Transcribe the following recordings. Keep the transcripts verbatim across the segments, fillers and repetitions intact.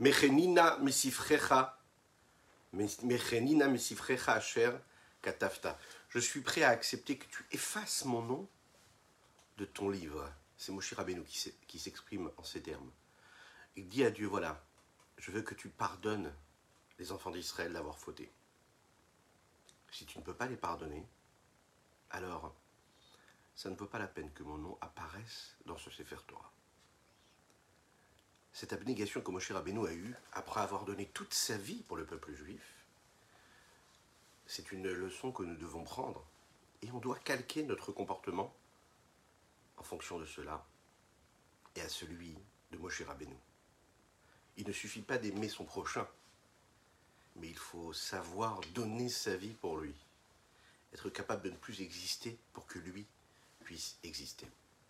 Mechenina misifrecha, Mechenina misifrecha asher katafta. Je suis prêt à accepter que tu effaces mon nom de ton livre. C'est Moshe Rabbeinu qui s'exprime en ces termes. Il dit à Dieu, voilà, je veux que tu pardonnes les enfants d'Israël d'avoir fauté. Si tu ne peux pas les pardonner, alors ça ne vaut pas la peine que mon nom apparaisse dans ce Sefer Torah. Cette abnégation que Moshe Rabbeinu a eue, après avoir donné toute sa vie pour le peuple juif, c'est une leçon que nous devons prendre, et on doit calquer notre comportement en fonction de cela, et à celui de Moshe Rabbeinu. Il ne suffit pas d'aimer son prochain, mais il faut savoir donner sa vie pour lui, être capable de ne plus exister pour que lui puisse exister.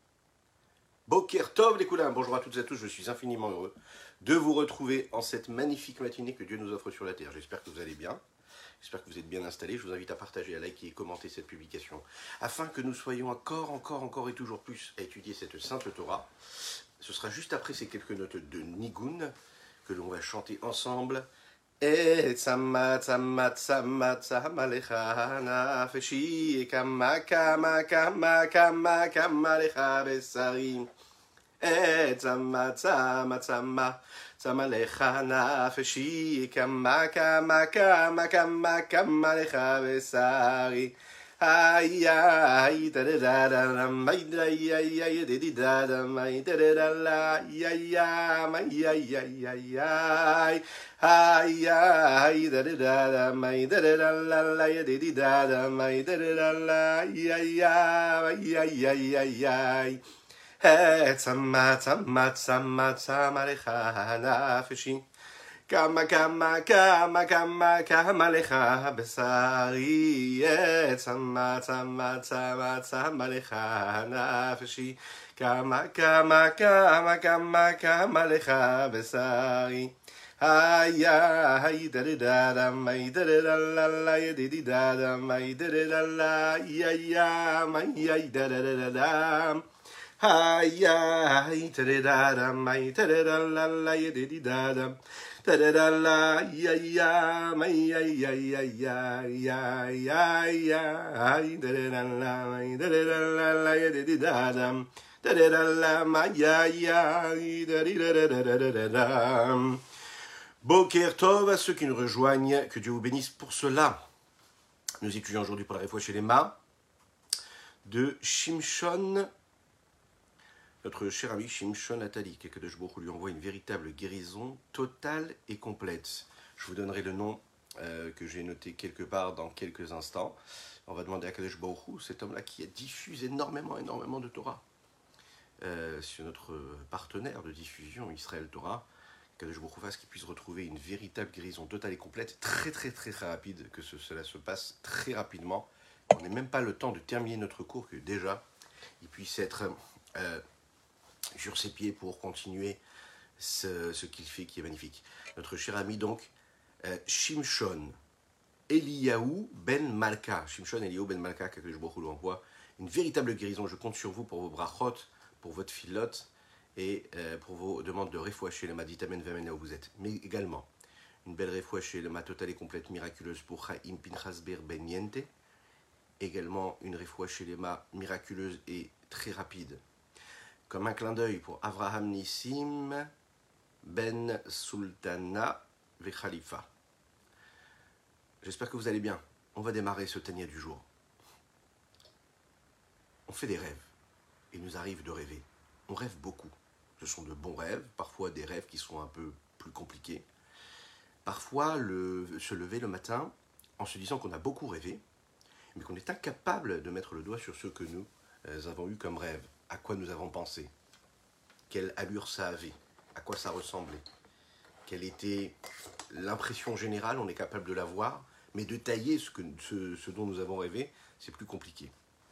Boker Tov les Koulam, bonjour à toutes et à tous, je suis infiniment heureux de vous retrouver en cette magnifique matinée que Dieu nous offre sur la terre. J'espère que vous allez bien, j'espère que vous êtes bien installés. Je vous invite à partager, à liker et commenter cette publication, afin que nous soyons encore, encore, encore et toujours plus à étudier cette sainte Torah. Ce sera juste après ces quelques notes de Nigun que l'on va chanter ensemble. Et tsama tsama tsama tsama lecha nafeshi kama kama kama kama kama lecha besari. Et tsama tsama tsama tsama lecha nafeshi kama kama kama kama kama lecha besari. Ay ay da da da da may da ay ay da da da may da da da la ay ay may ay ay ay ay ay ay da da da may da da da la la da da da may da da da la ay ay ay ay ay ay hey tsama tsama tsama tsama lecha nafeshi Kama kama kama kama kama lecha besari tsama tsama tsama tsama lecha nafeshi kama kama kama kama kama lecha besari ay ay da da da may da da la la di da da may da da la ay ay may ay da da da da ay ay da da da may da da la la di da da da da da la ya ya may ya ya ya ya ya ya ya da da da la may da da da la la ya da da da da da da la may ya ya da da da da da da da. Boker Tov à ceux qui nous rejoignent, que Dieu vous bénisse pour cela. Nous étudions aujourd'hui pour la réfoua chez les Ma de Shimshon. Notre cher ami Shimshon Atali, que Kadosh Baruch Hu lui envoie une véritable guérison totale et complète. Je vous donnerai le nom euh, que j'ai noté quelque part dans quelques instants. On va demander à Kadosh Baruch Hu, cet homme-là qui diffuse énormément, énormément de Torah. Euh, sur notre partenaire de diffusion, Israël Torah, Kadosh Baruch Hu fasse qu'il puisse retrouver une véritable guérison totale et complète, très très très très rapide, que ce, cela se passe très rapidement. On n'ait même pas le temps de terminer notre cours, que déjà, il puisse être... Euh, sur ses pieds pour continuer ce, ce qu'il fait qui est magnifique. Notre cher ami donc, euh, Shimshon Eliyahu ben Malka, Shimshon Eliyahu ben Malka, que je vous envoie, une véritable guérison. Je compte sur vous pour vos brachot, pour votre filote et euh, pour vos demandes de refoua chez le Maditamen Vemen là où vous êtes. Mais également, une belle refoua chez le Ma totale et complète miraculeuse pour Chaim Pinchas Ber Ben Yente. Également, une refoua chez les Ma miraculeuse et très rapide. Comme un clin d'œil pour Avraham Nissim Ben Sultana Vechalifa. J'espère que vous allez bien. On va démarrer ce Tania du jour. On fait des rêves. Il nous arrive de rêver. On rêve beaucoup. Ce sont de bons rêves, parfois des rêves qui sont un peu plus compliqués. Parfois, le, se lever le matin en se disant qu'on a beaucoup rêvé, mais qu'on est incapable de mettre le doigt sur ce que nous avons eu comme rêve. À quoi nous avons pensé, quelle allure ça avait, à quoi ça ressemblait, quelle était l'impression générale, on est capable de la voir, mais de tailler ce, que, ce, ce dont nous avons rêvé, c'est plus compliqué.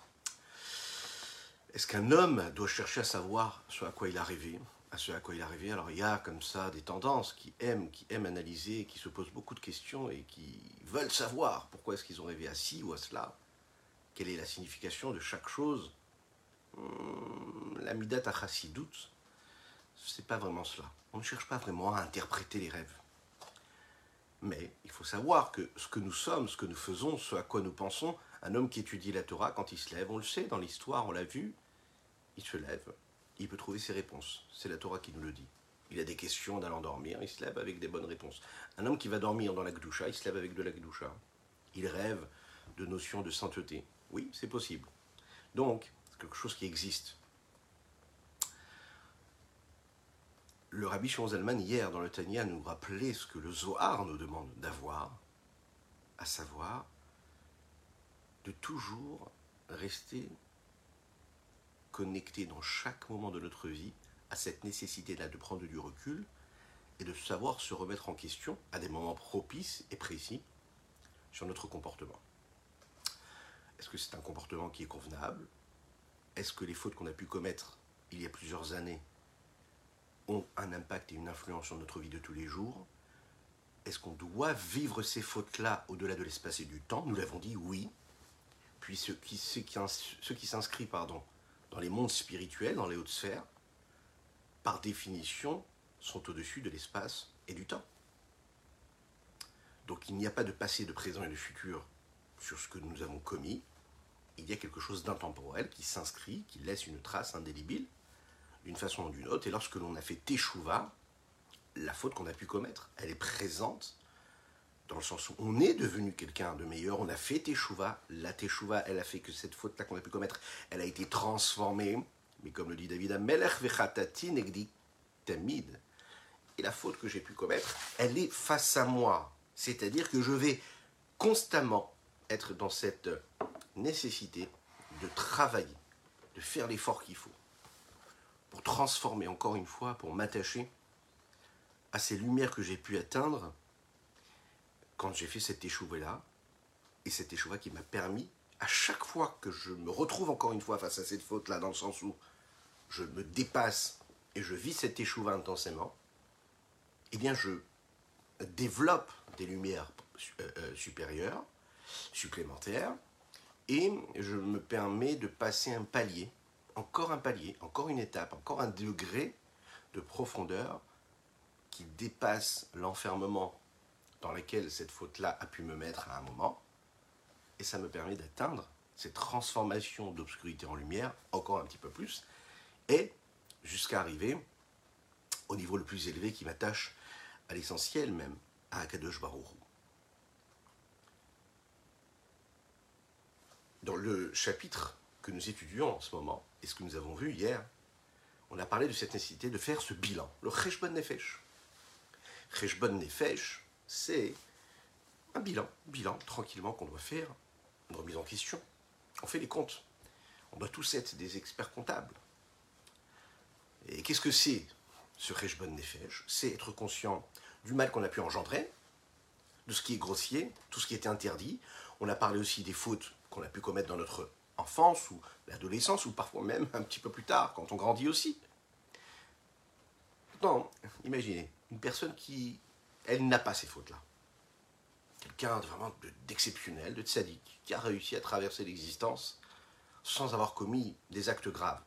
Est-ce qu'un homme doit chercher à savoir ce à quoi il a rêvé, à ce à quoi il a rêvé? Alors il y a comme ça des tendances qui aiment, qui aiment analyser, qui se posent beaucoup de questions et qui veulent savoir pourquoi est-ce qu'ils ont rêvé à ci ou à cela, quelle est la signification de chaque chose. La midat à chassidut, c'est pas vraiment cela. on ne cherche pas vraiment à interpréter les rêves. Mais il faut savoir que ce que nous sommes, ce que nous faisons, ce à quoi nous pensons, un homme qui étudie la Torah, quand il se lève, on le sait, dans l'histoire, on l'a vu, il se lève, il peut trouver ses réponses. C'est la Torah qui nous le dit. Il a des questions d'allant dormir, il se lève avec des bonnes réponses. Un homme qui va dormir dans la Gdoucha, il se lève avec de la Gdoucha. Il rêve de notions de sainteté. Oui, c'est possible. Donc, c'est quelque chose qui existe. Le Rabbi Shimon Zalman, hier, dans le Tanya, nous rappelait ce que le Zohar nous demande d'avoir, à savoir de toujours rester connecté dans chaque moment de notre vie à cette nécessité-là de prendre du recul et de savoir se remettre en question à des moments propices et précis sur notre comportement. Est-ce que c'est un comportement qui est convenable? Est-ce que les fautes qu'on a pu commettre il y a plusieurs années ont un impact et une influence sur notre vie de tous les jours? Est-ce qu'on doit vivre ces fautes-là au-delà de l'espace et du temps? Nous l'avons dit, oui. Puis ceux qui, ceux qui, ceux qui s'inscrivent pardon, dans les mondes spirituels, dans les hautes sphères, par définition, sont au-dessus de l'espace et du temps. Donc il n'y a pas de passé, de présent et de futur sur ce que nous avons commis. Il y a quelque chose d'intemporel qui s'inscrit, qui laisse une trace indélébile, d'une façon ou d'une autre. Et lorsque l'on a fait teshuva, la faute qu'on a pu commettre, elle est présente, dans le sens où on est devenu quelqu'un de meilleur, on a fait teshuva, la teshuva, elle a fait que cette faute-là qu'on a pu commettre, elle a été transformée, mais comme le dit David, Melech vechatati negdi tamid. Et la faute que j'ai pu commettre, elle est face à moi. C'est-à-dire que je vais constamment être dans cette nécessité de travailler, de faire l'effort qu'il faut, pour transformer, encore une fois, pour m'attacher à ces lumières que j'ai pu atteindre quand j'ai fait cette échouva-là, et cette échouva qui m'a permis, à chaque fois que je me retrouve encore une fois face à cette faute-là, dans le sens où je me dépasse et je vis cette échouva intensément, eh bien je développe des lumières euh, supérieures, supplémentaires, et je me permets de passer un palier, encore un palier, encore une étape, encore un degré de profondeur qui dépasse l'enfermement dans lequel cette faute-là a pu me mettre à un moment, et ça me permet d'atteindre cette transformation d'obscurité en lumière, encore un petit peu plus, et jusqu'à arriver au niveau le plus élevé qui m'attache à l'essentiel même, à Akadosh Baruch Hu. Dans le chapitre que nous étudions en ce moment, et ce que nous avons vu hier, on a parlé de cette nécessité de faire ce bilan, le Cheshbon Nefesh. Cheshbon Nefesh, c'est un bilan, bilan tranquillement qu'on doit faire, une remise en question. On fait les comptes. On doit tous être des experts comptables. Et qu'est-ce que c'est ce Cheshbon Nefesh? C'est être conscient du mal qu'on a pu engendrer, de ce qui est grossier, tout ce qui était interdit. On a parlé aussi des fautes qu'on a pu commettre dans notre enfance ou l'adolescence, ou parfois même un petit peu plus tard, quand on grandit aussi. Non, imaginez, une personne qui, elle n'a pas ces fautes-là. Quelqu'un de vraiment d'exceptionnel, de tzaddik, qui a réussi à traverser l'existence sans avoir commis des actes graves.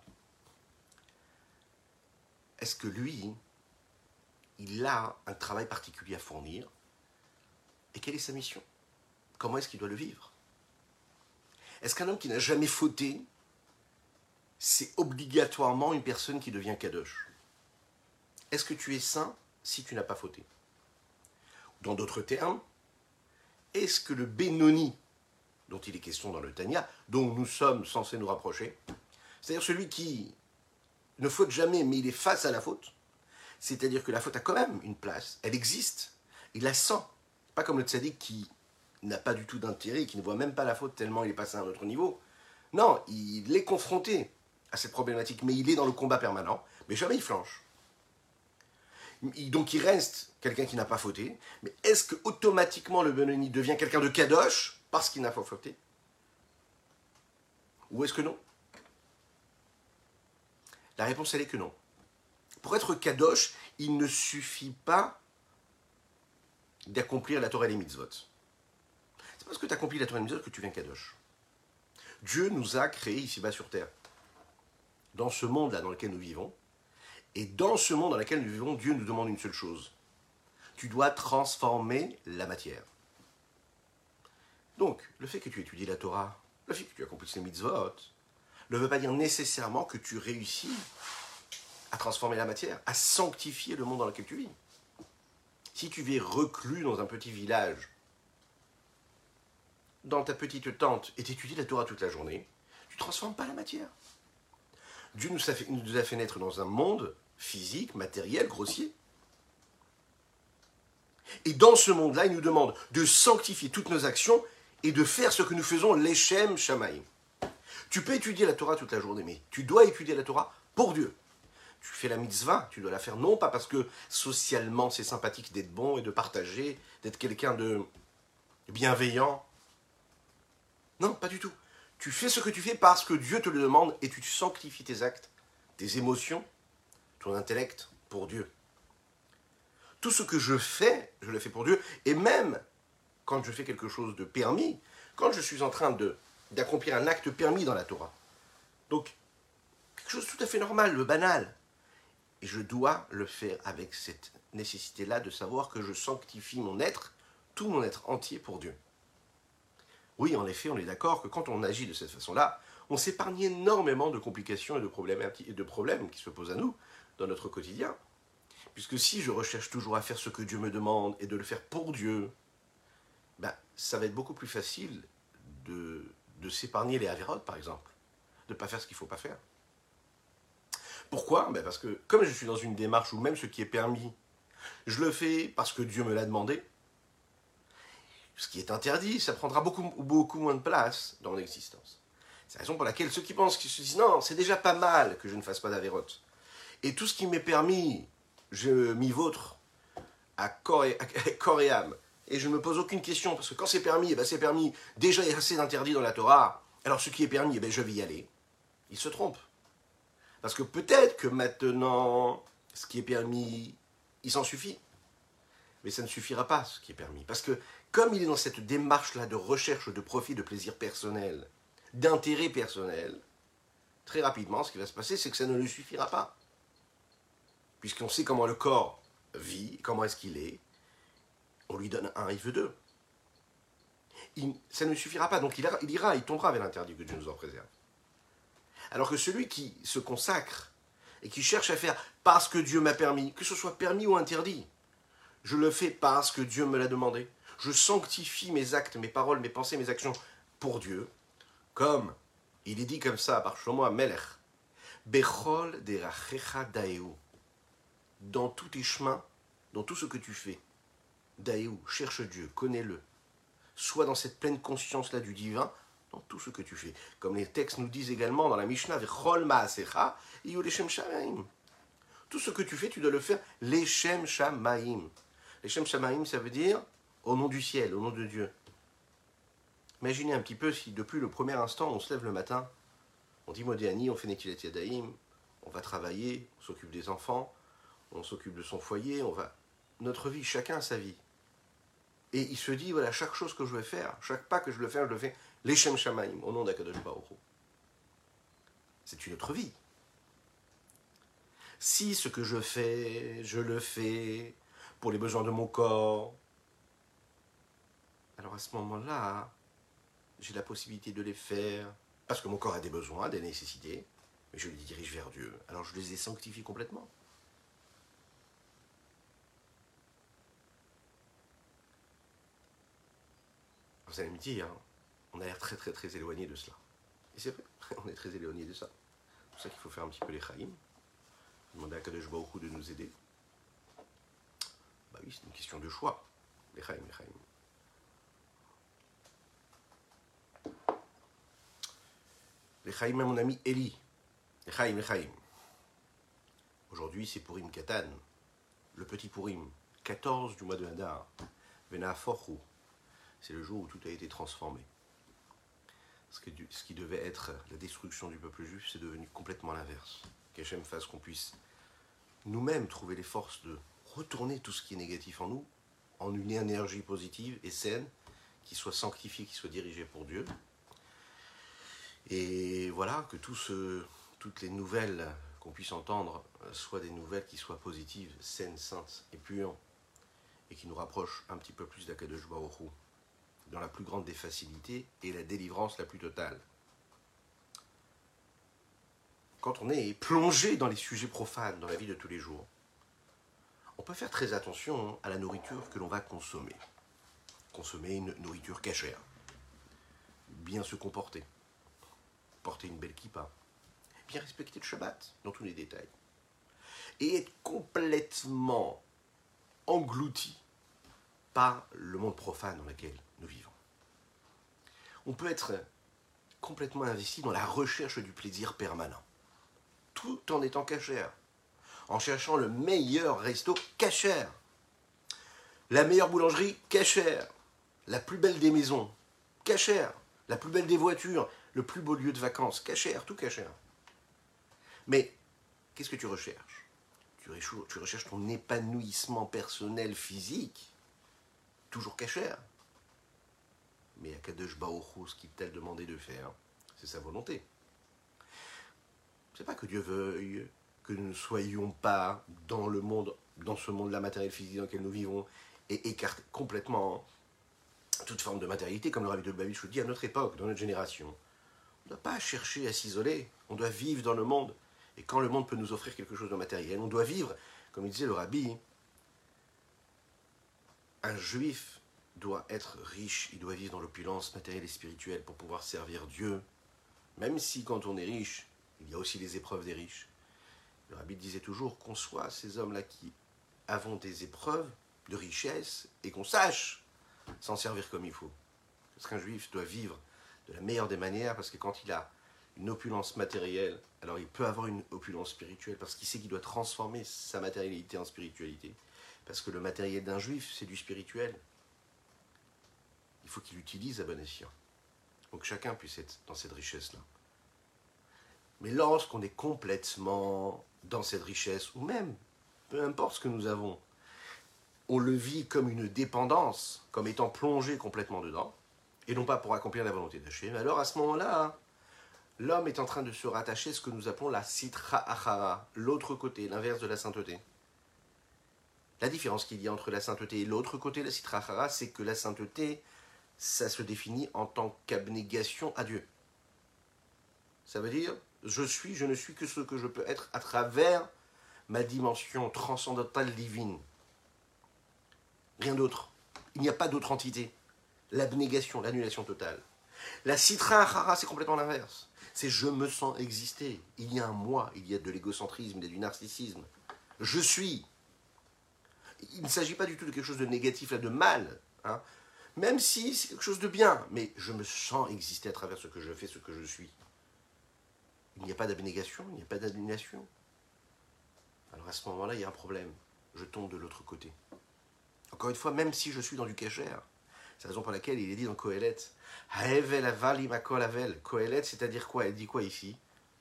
Est-ce que lui, il a un travail particulier à fournir? Et quelle est sa mission? Comment est-ce qu'il doit le vivre? Est-ce qu'un homme qui n'a jamais fauté, c'est obligatoirement une personne qui devient kadosh? Est-ce que tu es saint si tu n'as pas fauté? Dans d'autres termes, est-ce que le Benoni, dont il est question dans le Tanya, dont nous sommes censés nous rapprocher, c'est-à-dire celui qui ne faute jamais, mais il est face à la faute, c'est-à-dire que la faute a quand même une place, elle existe, il la sent, pas comme le tzaddik qui n'a pas du tout d'intérêt, qui ne voit même pas la faute tellement il est passé à un autre niveau. Non, il est confronté à cette problématique, mais il est dans le combat permanent, mais jamais il flanche. Donc il reste quelqu'un qui n'a pas fauté, mais est-ce que automatiquement le Benoni devient quelqu'un de kadosh parce qu'il n'a pas fauté? Ou est-ce que non? La réponse elle est que non. Pour être kadosh, il ne suffit pas d'accomplir la Torah et les mitzvot. C'est parce que tu accomplis la Torah et les mitzvot que tu viens kadosh. Dieu nous a créés ici-bas sur terre, dans ce monde-là dans lequel nous vivons, Et dans ce monde dans lequel nous vivons, Dieu nous demande une seule chose. Tu dois transformer la matière. Donc, le fait que tu étudies la Torah, le fait que tu accomplisses les mitzvot, ne veut pas dire nécessairement que tu réussis à transformer la matière, à sanctifier le monde dans lequel tu vis. Si tu vis reclus dans un petit village, dans ta petite tente, et tu étudies la Torah toute la journée, tu ne transformes pas la matière. Dieu nous a, fait, nous a fait naître dans un monde physique, matériel, grossier. Et dans ce monde-là, il nous demande de sanctifier toutes nos actions et de faire ce que nous faisons, l'Echem Shamaïm. Tu peux étudier la Torah toute la journée, mais tu dois étudier la Torah pour Dieu. Tu fais la mitzvah, tu dois la faire non pas parce que socialement c'est sympathique d'être bon et de partager, d'être quelqu'un de bienveillant. Non, pas du tout. Tu fais ce que tu fais parce que Dieu te le demande et tu sanctifies tes actes, tes émotions, ton intellect pour Dieu. Tout ce que je fais, je le fais pour Dieu. Et même quand je fais quelque chose de permis, quand je suis en train de, d'accomplir un acte permis dans la Torah. Donc, quelque chose de tout à fait normal, le banal. Et je dois le faire avec cette nécessité-là de savoir que je sanctifie mon être, tout mon être entier pour Dieu. Oui, en effet, on est d'accord que quand on agit de cette façon-là, on s'épargne énormément de complications et de problèmes, et de problèmes qui se posent à nous dans notre quotidien. Puisque si je recherche toujours à faire ce que Dieu me demande et de le faire pour Dieu, ben, ça va être beaucoup plus facile de, de s'épargner les avérotes, par exemple. De ne pas faire ce qu'il ne faut pas faire. Pourquoi? Ben parce que comme je suis dans une démarche où même ce qui est permis, je le fais parce que Dieu me l'a demandé, ce qui est interdit, ça prendra beaucoup, beaucoup moins de place dans l'existence. C'est la raison pour laquelle ceux qui pensent, qui se disent non, c'est déjà pas mal que je ne fasse pas d'avérotes. Et tout ce qui m'est permis, je m'y vautre à corps et, à corps et âme. Et je ne me pose aucune question, parce que quand c'est permis, eh ben c'est permis. Déjà, il y a assez d'interdits dans la Torah. Alors ce qui est permis, eh ben je vais y aller. Il se trompe. Parce que peut-être que maintenant, ce qui est permis, il s'en suffit. Mais ça ne suffira pas, ce qui est permis. Parce que comme il est dans cette démarche-là de recherche de profit, de plaisir personnel, d'intérêt personnel, très rapidement, ce qui va se passer, c'est que ça ne lui suffira pas. Puisqu'on sait comment le corps vit, comment est-ce qu'il est, on lui donne un, il veut deux. Il, ça ne suffira pas, donc il, a, il ira, il tombera vers l'interdit, que Dieu nous en préserve. Alors que celui qui se consacre et qui cherche à faire parce que Dieu m'a permis, que ce soit permis ou interdit, je le fais parce que Dieu me l'a demandé. Je sanctifie mes actes, mes paroles, mes pensées, mes actions pour Dieu, comme il est dit comme ça par Shlomo HaMelech, Bechol derachecha daeu. Dans tous tes chemins, dans tout ce que tu fais, daeu, cherche Dieu, connais-le. Sois dans cette pleine conscience-là du divin, dans tout ce que tu fais. Comme les textes nous disent également dans la Mishnah, Vechol ma'asecha, iyu leshem shamaim. Tout ce que tu fais, tu dois le faire leshem shamaim. Leshem shamaim, ça veut dire au nom du ciel, au nom de Dieu. Imaginez un petit peu si depuis le premier instant, on se lève le matin, on dit Modéani, on fait Netilat Yadayim, on va travailler, on s'occupe des enfants, on s'occupe de son foyer, on va... Notre vie, chacun a sa vie. Et il se dit, voilà, chaque chose que je vais faire, chaque pas que je veux faire, je le fais Leshem Shamaim, au nom d'Akadosh Baruch Hu. C'est une autre vie. Si ce que je fais, je le fais pour les besoins de mon corps, alors à ce moment-là, j'ai la possibilité de les faire, parce que mon corps a des besoins, des nécessités, mais je les dirige vers Dieu. Alors je les ai sanctifiés complètement. Vous allez me dire, on a l'air très très très éloigné de cela. Et c'est vrai, on est très éloigné de ça. C'est pour ça qu'il faut faire un petit peu les chaïm. Demander à Kadosh Baruch Hu de nous aider. Bah oui, c'est une question de choix. Les chaïm, les chaïm. Les chaïm à mon ami Eli. Les chaïm, les chaïm. Aujourd'hui, c'est Purim Katan, le petit Purim, quatorze du mois de Hadar. Vena Forhu. C'est le jour où tout a été transformé. Ce, que, ce qui devait être la destruction du peuple juif, c'est devenu complètement l'inverse. Qu'Hachem fasse qu'on puisse nous-mêmes trouver les forces de retourner tout ce qui est négatif en nous, en une énergie positive et saine, qui soit sanctifiée, qui soit dirigée pour Dieu. Et voilà, que tout ce, toutes les nouvelles qu'on puisse entendre soit des nouvelles qui soient positives, saines, saintes et pures, et qui nous rapprochent un petit peu plus d'Akadosh Baruch Hu, dans la plus grande des facilités et la délivrance la plus totale. Quand on est plongé dans les sujets profanes, dans la vie de tous les jours, on peut faire très attention à la nourriture que l'on va consommer. Consommer une nourriture cachère. Bien se comporter. Porter une belle kippa. Bien respecter le Shabbat, dans tous les détails. Et être complètement englouti par le monde profane dans lequel nous vivons. On peut être complètement investi dans la recherche du plaisir permanent, tout en étant cachère, en cherchant le meilleur resto cachère, la meilleure boulangerie cachère, la plus belle des maisons cachère, la plus belle des voitures, le plus beau lieu de vacances cachère, tout cachère. Mais qu'est-ce que tu recherches ? Tu recherches ton épanouissement personnel physique, toujours cachère. Mais Akadosh Baruch Hu, ce qu'il t'a demandé de faire, c'est sa volonté. C'est pas que Dieu veuille que nous ne soyons pas dans le monde, dans ce monde-là matériel physique dans lequel nous vivons, et écarter complètement toute forme de matérialité, comme le Rabbi de Lubavitch dit à notre époque, dans notre génération. On ne doit pas chercher à s'isoler, on doit vivre dans le monde. Et quand le monde peut nous offrir quelque chose de matériel, on doit vivre, comme il disait le Rabbi, un juif doit être riche, il doit vivre dans l'opulence matérielle et spirituelle pour pouvoir servir Dieu, même si quand on est riche, il y a aussi les épreuves des riches. Le Rabbi disait toujours qu'on soit ces hommes-là qui avons des épreuves de richesse et qu'on sache s'en servir comme il faut. Parce qu'un juif doit vivre de la meilleure des manières, parce que quand il a une opulence matérielle, alors il peut avoir une opulence spirituelle, parce qu'il sait qu'il doit transformer sa matérialité en spiritualité. Parce que le matériel d'un juif, c'est du spirituel. Il faut qu'il l'utilise à bon escient. Donc chacun puisse être dans cette richesse-là. Mais lorsqu'on est complètement dans cette richesse, ou même, peu importe ce que nous avons, on le vit comme une dépendance, comme étant plongé complètement dedans, et non pas pour accomplir la volonté d'Hachem, alors à ce moment-là, l'homme est en train de se rattacher à ce que nous appelons la sitra achara, l'autre côté, l'inverse de la sainteté. La différence qu'il y a entre la sainteté et l'autre côté, la sitra achara, c'est que la sainteté, ça se définit en tant qu'abnégation à Dieu. Ça veut dire, je suis, je ne suis que ce que je peux être à travers ma dimension transcendantale divine. Rien d'autre. Il n'y a pas d'autre entité. L'abnégation, l'annulation totale. La sitra achara, c'est complètement l'inverse. C'est je me sens exister. Il y a un moi, il y a de l'égocentrisme, il y a du narcissisme. Je suis. Il ne s'agit pas du tout de quelque chose de négatif, là, de mal. Hein. Même si c'est quelque chose de bien. Mais je me sens exister à travers ce que je fais, ce que je suis. Il n'y a pas d'abnégation, il n'y a pas d'annulation. Alors à ce moment-là, il y a un problème. Je tombe de l'autre côté. Encore une fois, même si je suis dans du cachère, c'est la raison pour laquelle il est dit dans Kohelet, Haevel aval imakol avel. Kohelet, c'est-à-dire quoi? Elle dit quoi ici?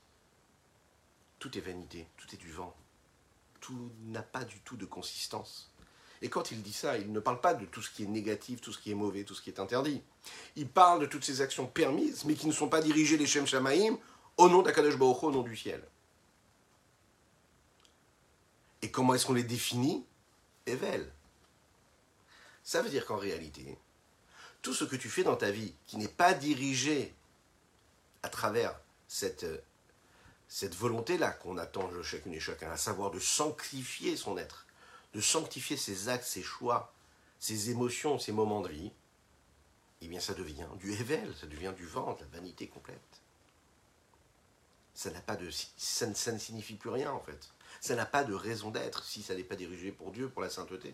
Tout est vanité, tout est du vent. Tout n'a pas du tout de consistance. Et quand il dit ça, il ne parle pas de tout ce qui est négatif, tout ce qui est mauvais, tout ce qui est interdit. Il parle de toutes ces actions permises, mais qui ne sont pas dirigées les Shem Shamaïm au nom d'Akadosh Baruch Hu, au nom du ciel. Et comment est-ce qu'on les définit? Evel. Ça veut dire qu'en réalité, tout ce que tu fais dans ta vie qui n'est pas dirigé à travers cette, cette volonté-là qu'on attend de chacune et chacun, à savoir de sanctifier son être, de sanctifier ses actes, ses choix, ses émotions, ses moments de vie, eh bien ça devient du Evel, ça devient du vent, de la vanité complète. Ça, n'a pas de, ça, ça ne signifie plus rien en fait. Ça n'a pas de raison d'être si ça n'est pas dirigé pour Dieu, pour la sainteté.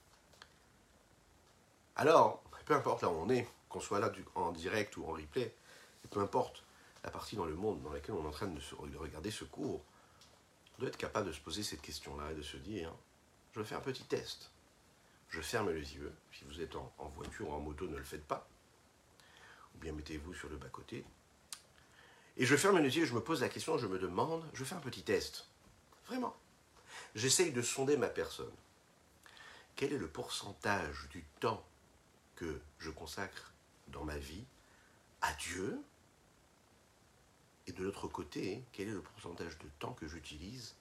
Alors, peu importe là où on est, qu'on soit là du, en direct ou en replay, et peu importe la partie dans le monde dans laquelle on est en train de, se, de regarder ce cours, on doit être capable de se poser cette question-là et de se dire, je fais un petit test. Je ferme les yeux. Si vous êtes en, en voiture ou en moto, ne le faites pas. Ou bien mettez-vous sur le bas-côté. Et je ferme les yeux et je me pose la question, je me demande, je fais un petit test. Vraiment. J'essaye de sonder ma personne. Quel est le pourcentage du temps que je consacre dans ma vie à Dieu Et de l'autre côté, quel est le pourcentage de temps que j'utilise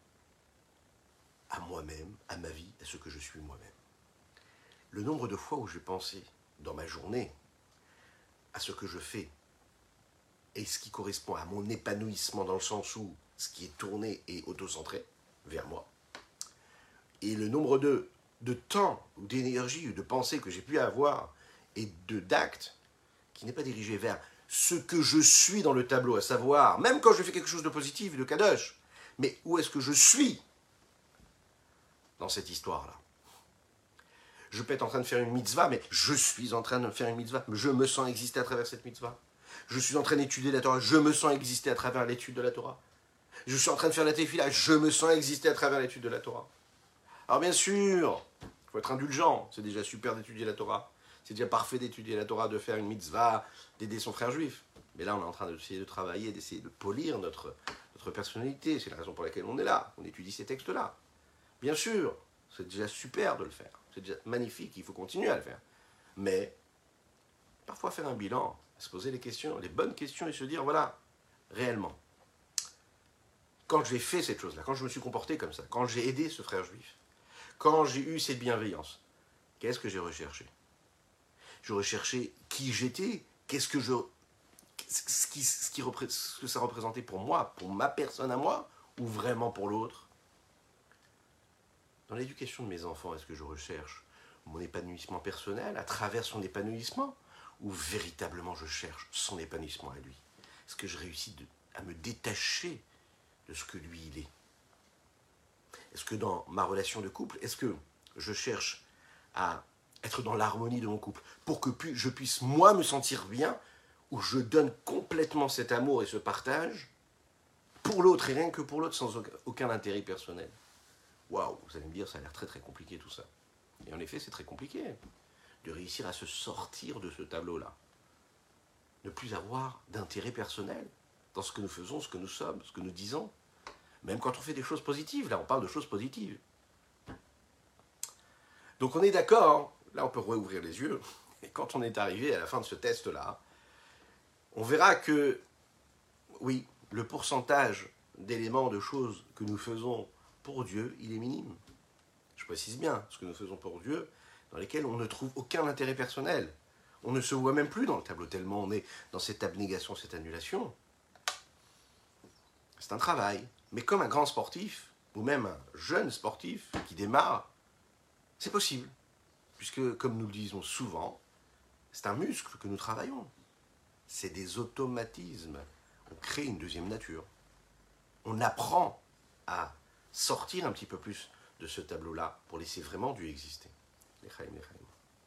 à moi-même, à ma vie, à ce que je suis moi-même. Le nombre de fois où j'ai pensé dans ma journée à ce que je fais et ce qui correspond à mon épanouissement dans le sens où ce qui est tourné et auto-centré vers moi, et le nombre de, de temps ou d'énergie ou de pensée que j'ai pu avoir et de d'actes qui n'est pas dirigé vers ce que je suis dans le tableau, à savoir, même quand je fais quelque chose de positif et de kadosh, mais où est-ce que je suis dans cette histoire-là. Je peux être en train de faire une mitzvah, mais je suis en train de faire une mitzvah, je me sens exister à travers cette mitzvah. Je suis en train d'étudier la Torah, je me sens exister à travers l'étude de la Torah. Je suis en train de faire la tefila, je me sens exister à travers l'étude de la Torah. Alors bien sûr, il faut être indulgent, c'est déjà super d'étudier la Torah. C'est déjà parfait d'étudier la Torah, de faire une mitzvah, d'aider son frère juif. Mais là, on est en train d'essayer de travailler, d'essayer de polir notre, notre personnalité. C'est la raison pour laquelle on est là. On étudie ces textes-là. Bien sûr, c'est déjà super de le faire. C'est déjà magnifique, il faut continuer à le faire. Mais, parfois faire un bilan, se poser les questions, les bonnes questions et se dire, voilà, réellement, quand j'ai fait cette chose-là, quand je me suis comporté comme ça, quand j'ai aidé ce frère juif, quand j'ai eu cette bienveillance, qu'est-ce que j'ai recherché? Je recherchais qui j'étais, qu'est-ce que je, ce, qui, ce, qui, ce que ça représentait pour moi, pour ma personne à moi, ou vraiment pour l'autre. Dans l'éducation de mes enfants, est-ce que je recherche mon épanouissement personnel à travers son épanouissement, ou véritablement je cherche son épanouissement à lui? Est-ce que je réussis de, à me détacher de ce que lui il est? Est-ce que dans ma relation de couple, est-ce que je cherche à être dans l'harmonie de mon couple pour que je puisse moi me sentir bien, où je donne complètement cet amour et ce partage pour l'autre et rien que pour l'autre sans aucun intérêt personnel? Waouh, vous allez me dire, ça a l'air très très compliqué tout ça. Et en effet, c'est très compliqué de réussir à se sortir de ce tableau-là. Ne plus avoir d'intérêt personnel dans ce que nous faisons, ce que nous sommes, ce que nous disons. Même quand on fait des choses positives, là on parle de choses positives. Donc on est d'accord, là on peut rouvrir les yeux, et quand on est arrivé à la fin de ce test-là, on verra que, oui, le pourcentage d'éléments, de choses que nous faisons pour Dieu, il est minime. Je précise bien, ce que nous faisons pour Dieu, dans lesquels on ne trouve aucun intérêt personnel. On ne se voit même plus dans le tableau, tellement on est dans cette abnégation, cette annulation. C'est un travail. Mais comme un grand sportif, ou même un jeune sportif qui démarre, c'est possible. Puisque, comme nous le disons souvent, c'est un muscle que nous travaillons. C'est des automatismes. On crée une deuxième nature. On apprend à sortir un petit peu plus de ce tableau-là pour laisser vraiment Dieu exister. L'Echaim, l'Echaim.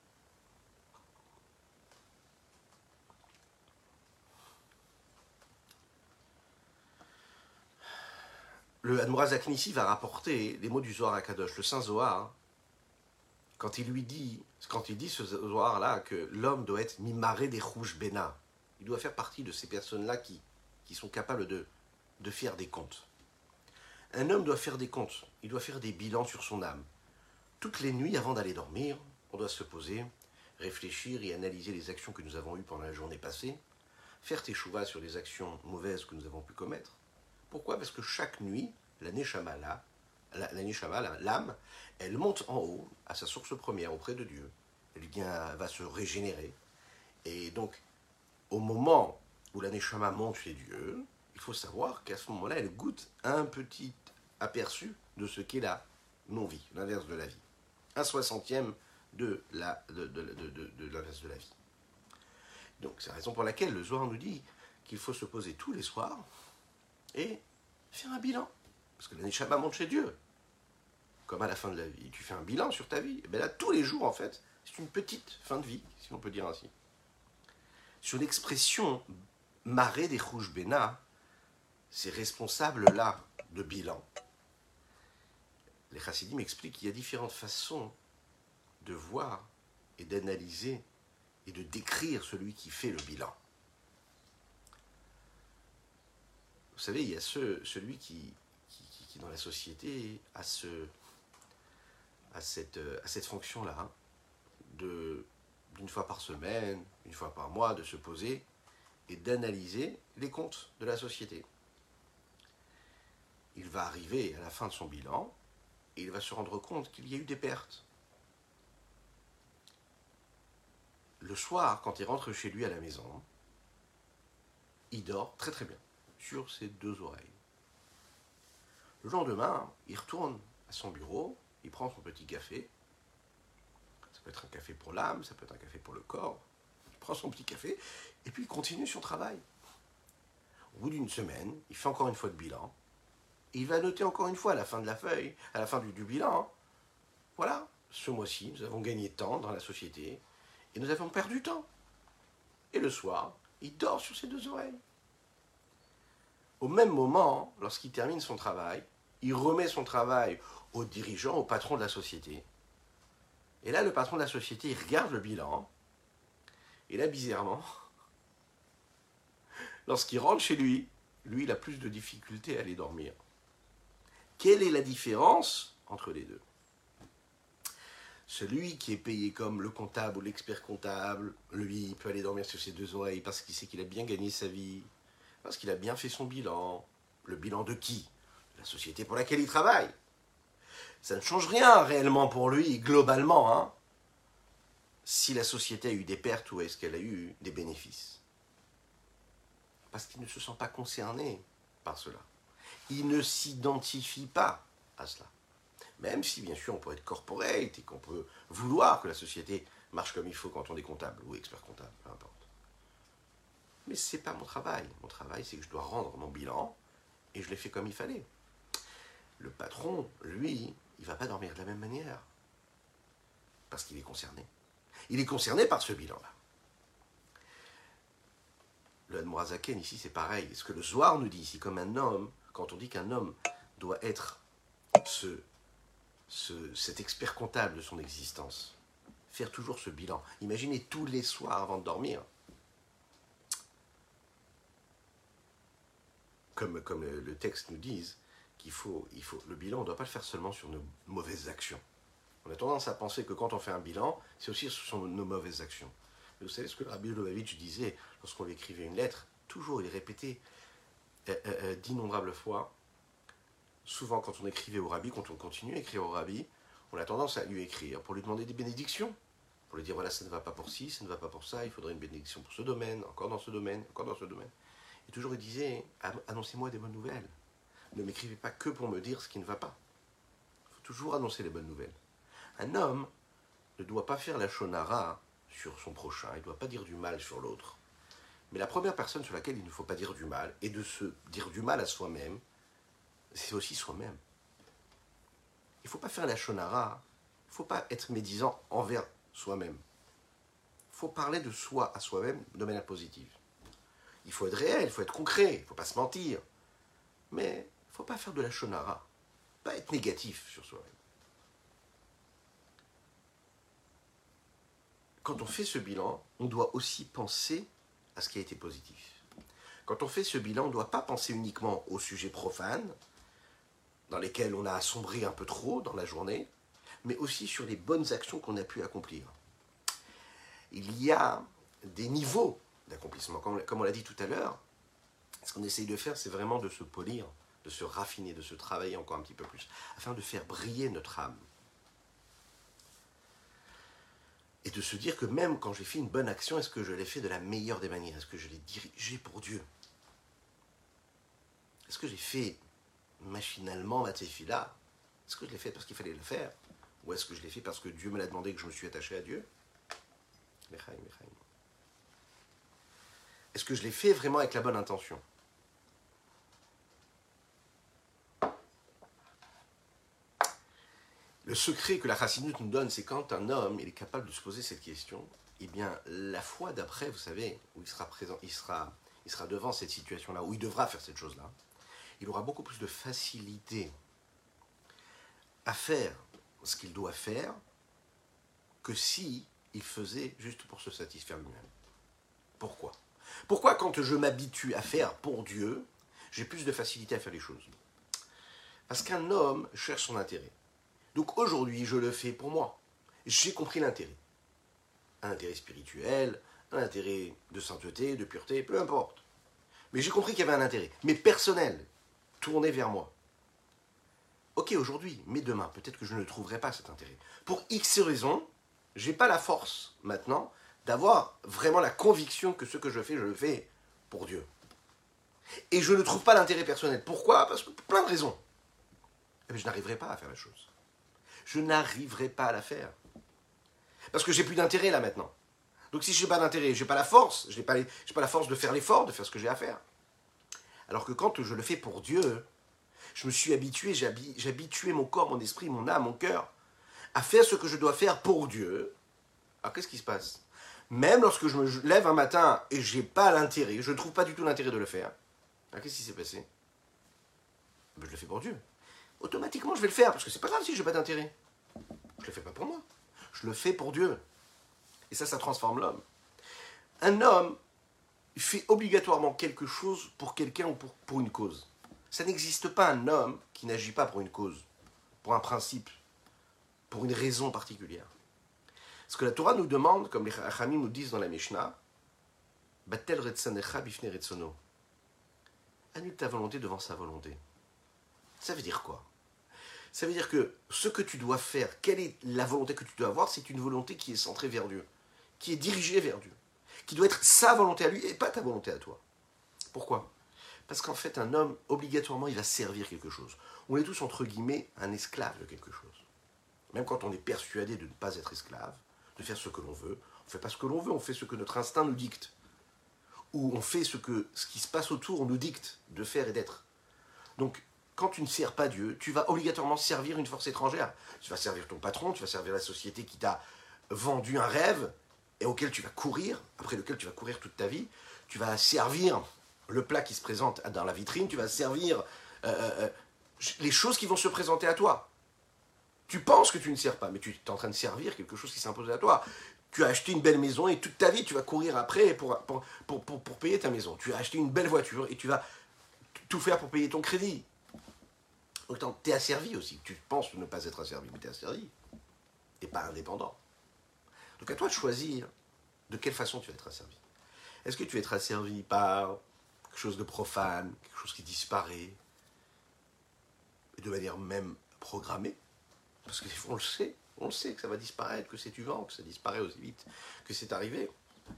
Le Admorazak Nissi va rapporter les mots du Zohar HaKadosh, le Saint Zohar, quand il lui dit, quand il dit ce Zohar-là, que l'homme doit être mimaré des rouges béna. Il doit faire partie de ces personnes-là qui, qui sont capables de, de faire des comptes. Un homme doit faire des comptes, il doit faire des bilans sur son âme. Toutes les nuits, avant d'aller dormir, on doit se poser, réfléchir et analyser les actions que nous avons eues pendant la journée passée, faire teshuva sur les actions mauvaises que nous avons pu commettre. Pourquoi? Parce que chaque nuit, la neshama, la, la, la neshama, la, l'âme, elle monte en haut, à sa source première, auprès de Dieu. Elle vient, va se régénérer. Et donc, au moment où la neshama monte chez Dieu, il faut savoir qu'à ce moment-là, elle goûte un petit aperçu de ce qu'est la non-vie, l'inverse de la vie. Un soixantième de, la, de, de, de, de, de l'inverse de la vie. Donc, c'est la raison pour laquelle le Zohar nous dit qu'il faut se poser tous les soirs et faire un bilan. Parce que la neshama monte chez Dieu. Comme à la fin de la vie, tu fais un bilan sur ta vie. Et bien là, tous les jours, en fait, c'est une petite fin de vie, si on peut dire ainsi. Sur l'expression « marée des rouges béna », ces responsables-là de bilan, les chassidim expliquent qu'il y a différentes façons de voir et d'analyser et de décrire celui qui fait le bilan. Vous savez, il y a ce, celui qui, qui, qui, qui, dans la société, a, ce, a cette, a cette fonction-là, de, d'une fois par semaine, une fois par mois, de se poser et d'analyser les comptes de la société. Il va arriver à la fin de son bilan et il va se rendre compte qu'il y a eu des pertes. Le soir, quand il rentre chez lui à la maison, il dort très très bien, sur ses deux oreilles. Le lendemain, il retourne à son bureau, il prend son petit café. Ça peut être un café pour l'âme, ça peut être un café pour le corps. Il prend son petit café et puis il continue son travail. Au bout d'une semaine, il fait encore une fois de bilan. Et il va noter encore une fois à la fin de la feuille, à la fin du, du bilan. Voilà, ce mois-ci, nous avons gagné tant dans la société et nous avons perdu tant. Et le soir, il dort sur ses deux oreilles. Au même moment, lorsqu'il termine son travail, il remet son travail au dirigeant, au patron de la société. Et là, le patron de la société, il regarde le bilan. Et là, bizarrement, lorsqu'il rentre chez lui, lui, il a plus de difficultés à aller dormir. Quelle est la différence entre les deux? Celui qui est payé comme le comptable ou l'expert comptable, lui, il peut aller dormir sur ses deux oreilles parce qu'il sait qu'il a bien gagné sa vie, parce qu'il a bien fait son bilan. Le bilan de qui? De la société pour laquelle il travaille. Ça ne change rien réellement pour lui, globalement, hein, si la société a eu des pertes ou est-ce qu'elle a eu des bénéfices. Parce qu'il ne se sent pas concerné par cela. Il ne s'identifie pas à cela. Même si, bien sûr, on peut être corporate et qu'on peut vouloir que la société marche comme il faut quand on est comptable ou expert comptable, peu importe. Mais ce n'est pas mon travail. Mon travail, c'est que je dois rendre mon bilan et je l'ai fait comme il fallait. Le patron, lui, il ne va pas dormir de la même manière. Parce qu'il est concerné. Il est concerné par ce bilan-là. Le Admorazaken, ici, c'est pareil. Ce que le Zohar nous dit ici, comme un homme, quand on dit qu'un homme doit être ce, ce, cet expert comptable de son existence, faire toujours ce bilan. Imaginez tous les soirs avant de dormir. Comme, comme le, le texte nous dit, qu'il faut, il faut, le bilan, on ne doit pas le faire seulement sur nos mauvaises actions. On a tendance à penser que quand on fait un bilan, c'est aussi sur nos mauvaises actions. Mais vous savez ce que le Rabbi Lubavitch disait lorsqu'on lui écrivait une lettre? Toujours, il répétait euh, euh, d'innombrables fois. Souvent, quand on écrivait au Rabbi, quand on continue à écrire au Rabbi, on a tendance à lui écrire pour lui demander des bénédictions. Pour lui dire, voilà, ça ne va pas pour ci, ça ne va pas pour ça, il faudrait une bénédiction pour ce domaine, encore dans ce domaine, encore dans ce domaine. Et toujours, il disait, annoncez-moi des bonnes nouvelles. Ne m'écrivez pas que pour me dire ce qui ne va pas. Il faut toujours annoncer les bonnes nouvelles. Un homme ne doit pas faire la shonara sur son prochain, il ne doit pas dire du mal sur l'autre. Mais la première personne sur laquelle il ne faut pas dire du mal, et de se dire du mal à soi-même, c'est aussi soi-même. Il ne faut pas faire la shonara, il ne faut pas être médisant envers soi-même. Il faut parler de soi à soi-même de manière positive. Il faut être réel, il faut être concret, il ne faut pas se mentir. Mais il ne faut pas faire de la shonara, pas être négatif sur soi-même. Quand on fait ce bilan, on doit aussi penser à ce qui a été positif. Quand on fait ce bilan, on ne doit pas penser uniquement aux sujets profanes, dans lesquels on a assombré un peu trop dans la journée, mais aussi sur les bonnes actions qu'on a pu accomplir. Il y a des niveaux d'accomplissement. Comme, comme on l'a dit tout à l'heure, ce qu'on essaye de faire, c'est vraiment de se polir, de se raffiner, de se travailler encore un petit peu plus, afin de faire briller notre âme. Et de se dire que même quand j'ai fait une bonne action, est-ce que je l'ai fait de la meilleure des manières? Est-ce que je l'ai dirigé pour Dieu? Est-ce que j'ai fait machinalement ma tefila? Est-ce que je l'ai fait parce qu'il fallait le faire? Ou est-ce que je l'ai fait parce que Dieu me l'a demandé, que je me suis attaché à Dieu? Est-ce que je l'ai fait vraiment avec la bonne intention? Le secret que la Chassidut nous donne, c'est quand un homme il est capable de se poser cette question, eh bien, la fois d'après, vous savez, où il sera présent, il sera, il sera devant cette situation-là, où il devra faire cette chose-là, il aura beaucoup plus de facilité à faire ce qu'il doit faire que si il faisait juste pour se satisfaire lui-même. Pourquoi? Pourquoi quand je m'habitue à faire pour Dieu, j'ai plus de facilité à faire les choses? Parce qu'un homme cherche son intérêt. Donc aujourd'hui, je le fais pour moi. J'ai compris l'intérêt. Un intérêt spirituel, un intérêt de sainteté, de pureté, peu importe. Mais j'ai compris qu'il y avait un intérêt, mais personnel, tourné vers moi. Ok, aujourd'hui, mais demain, peut-être que je ne trouverai pas cet intérêt. Pour X raisons, j'ai pas la force, maintenant, d'avoir vraiment la conviction que ce que je fais, je le fais pour Dieu. Et je ne trouve pas l'intérêt personnel. Pourquoi? Parce que pour plein de raisons. Eh bien, je n'arriverai pas à faire la chose. Je n'arriverai pas à la faire. Parce que j'ai plus d'intérêt là maintenant. Donc si je n'ai pas d'intérêt, je n'ai pas la force, je n'ai pas, les, j'ai pas la force de faire l'effort, de faire ce que j'ai à faire. Alors que quand je le fais pour Dieu, je me suis habitué, j'ai, habi, j'ai habitué mon corps, mon esprit, mon âme, mon cœur à faire ce que je dois faire pour Dieu. Alors qu'est-ce qui se passe? Même lorsque je me lève un matin et je n'ai pas l'intérêt, je ne trouve pas du tout l'intérêt de le faire, alors qu'est-ce qui s'est passé? Ben, je le fais pour Dieu. Automatiquement, je vais le faire, parce que c'est pas grave si je n'ai pas d'intérêt. Je le fais pas pour moi. Je le fais pour Dieu. Et ça, ça transforme l'homme. Un homme fait obligatoirement quelque chose pour quelqu'un ou pour, pour une cause. Ça n'existe pas un homme qui n'agit pas pour une cause, pour un principe, pour une raison particulière. Ce que la Torah nous demande, comme les Chachamim nous disent dans la Mishnah, Batel retzanecha bifnei retzono. Annule ta volonté devant sa volonté. Ça veut dire quoi? Ça veut dire que ce que tu dois faire, quelle est la volonté que tu dois avoir, c'est une volonté qui est centrée vers Dieu, qui est dirigée vers Dieu, qui doit être sa volonté à lui et pas ta volonté à toi. Pourquoi? Parce qu'en fait, un homme, obligatoirement, il va servir quelque chose. On est tous, entre guillemets, un esclave de quelque chose. Même quand on est persuadé de ne pas être esclave, de faire ce que l'on veut, on ne fait pas ce que l'on veut, on fait ce que notre instinct nous dicte. Ou on fait ce que ce qui se passe autour nous dicte de faire et d'être. Donc, quand tu ne sers pas Dieu, tu vas obligatoirement servir une force étrangère. Tu vas servir ton patron, tu vas servir la société qui t'a vendu un rêve et auquel tu vas courir, après lequel tu vas courir toute ta vie. Tu vas servir le plat qui se présente dans la vitrine, tu vas servir euh, euh, les choses qui vont se présenter à toi. Tu penses que tu ne sers pas, mais tu es en train de servir quelque chose qui s'impose à toi. Tu as acheté une belle maison et toute ta vie, tu vas courir après pour, pour, pour, pour, pour payer ta maison. Tu as acheté une belle voiture et tu vas tout faire pour payer ton crédit. Donc tu es asservi aussi. Tu penses ne pas être asservi, mais tu es asservi. Et pas indépendant. Donc à toi de choisir de quelle façon tu vas être asservi. Est-ce que tu vas être asservi par quelque chose de profane, quelque chose qui disparaît, et de manière même programmée? Parce qu'on le sait, on le sait que ça va disparaître, que c'est du vent, que ça disparaît aussi vite que c'est arrivé.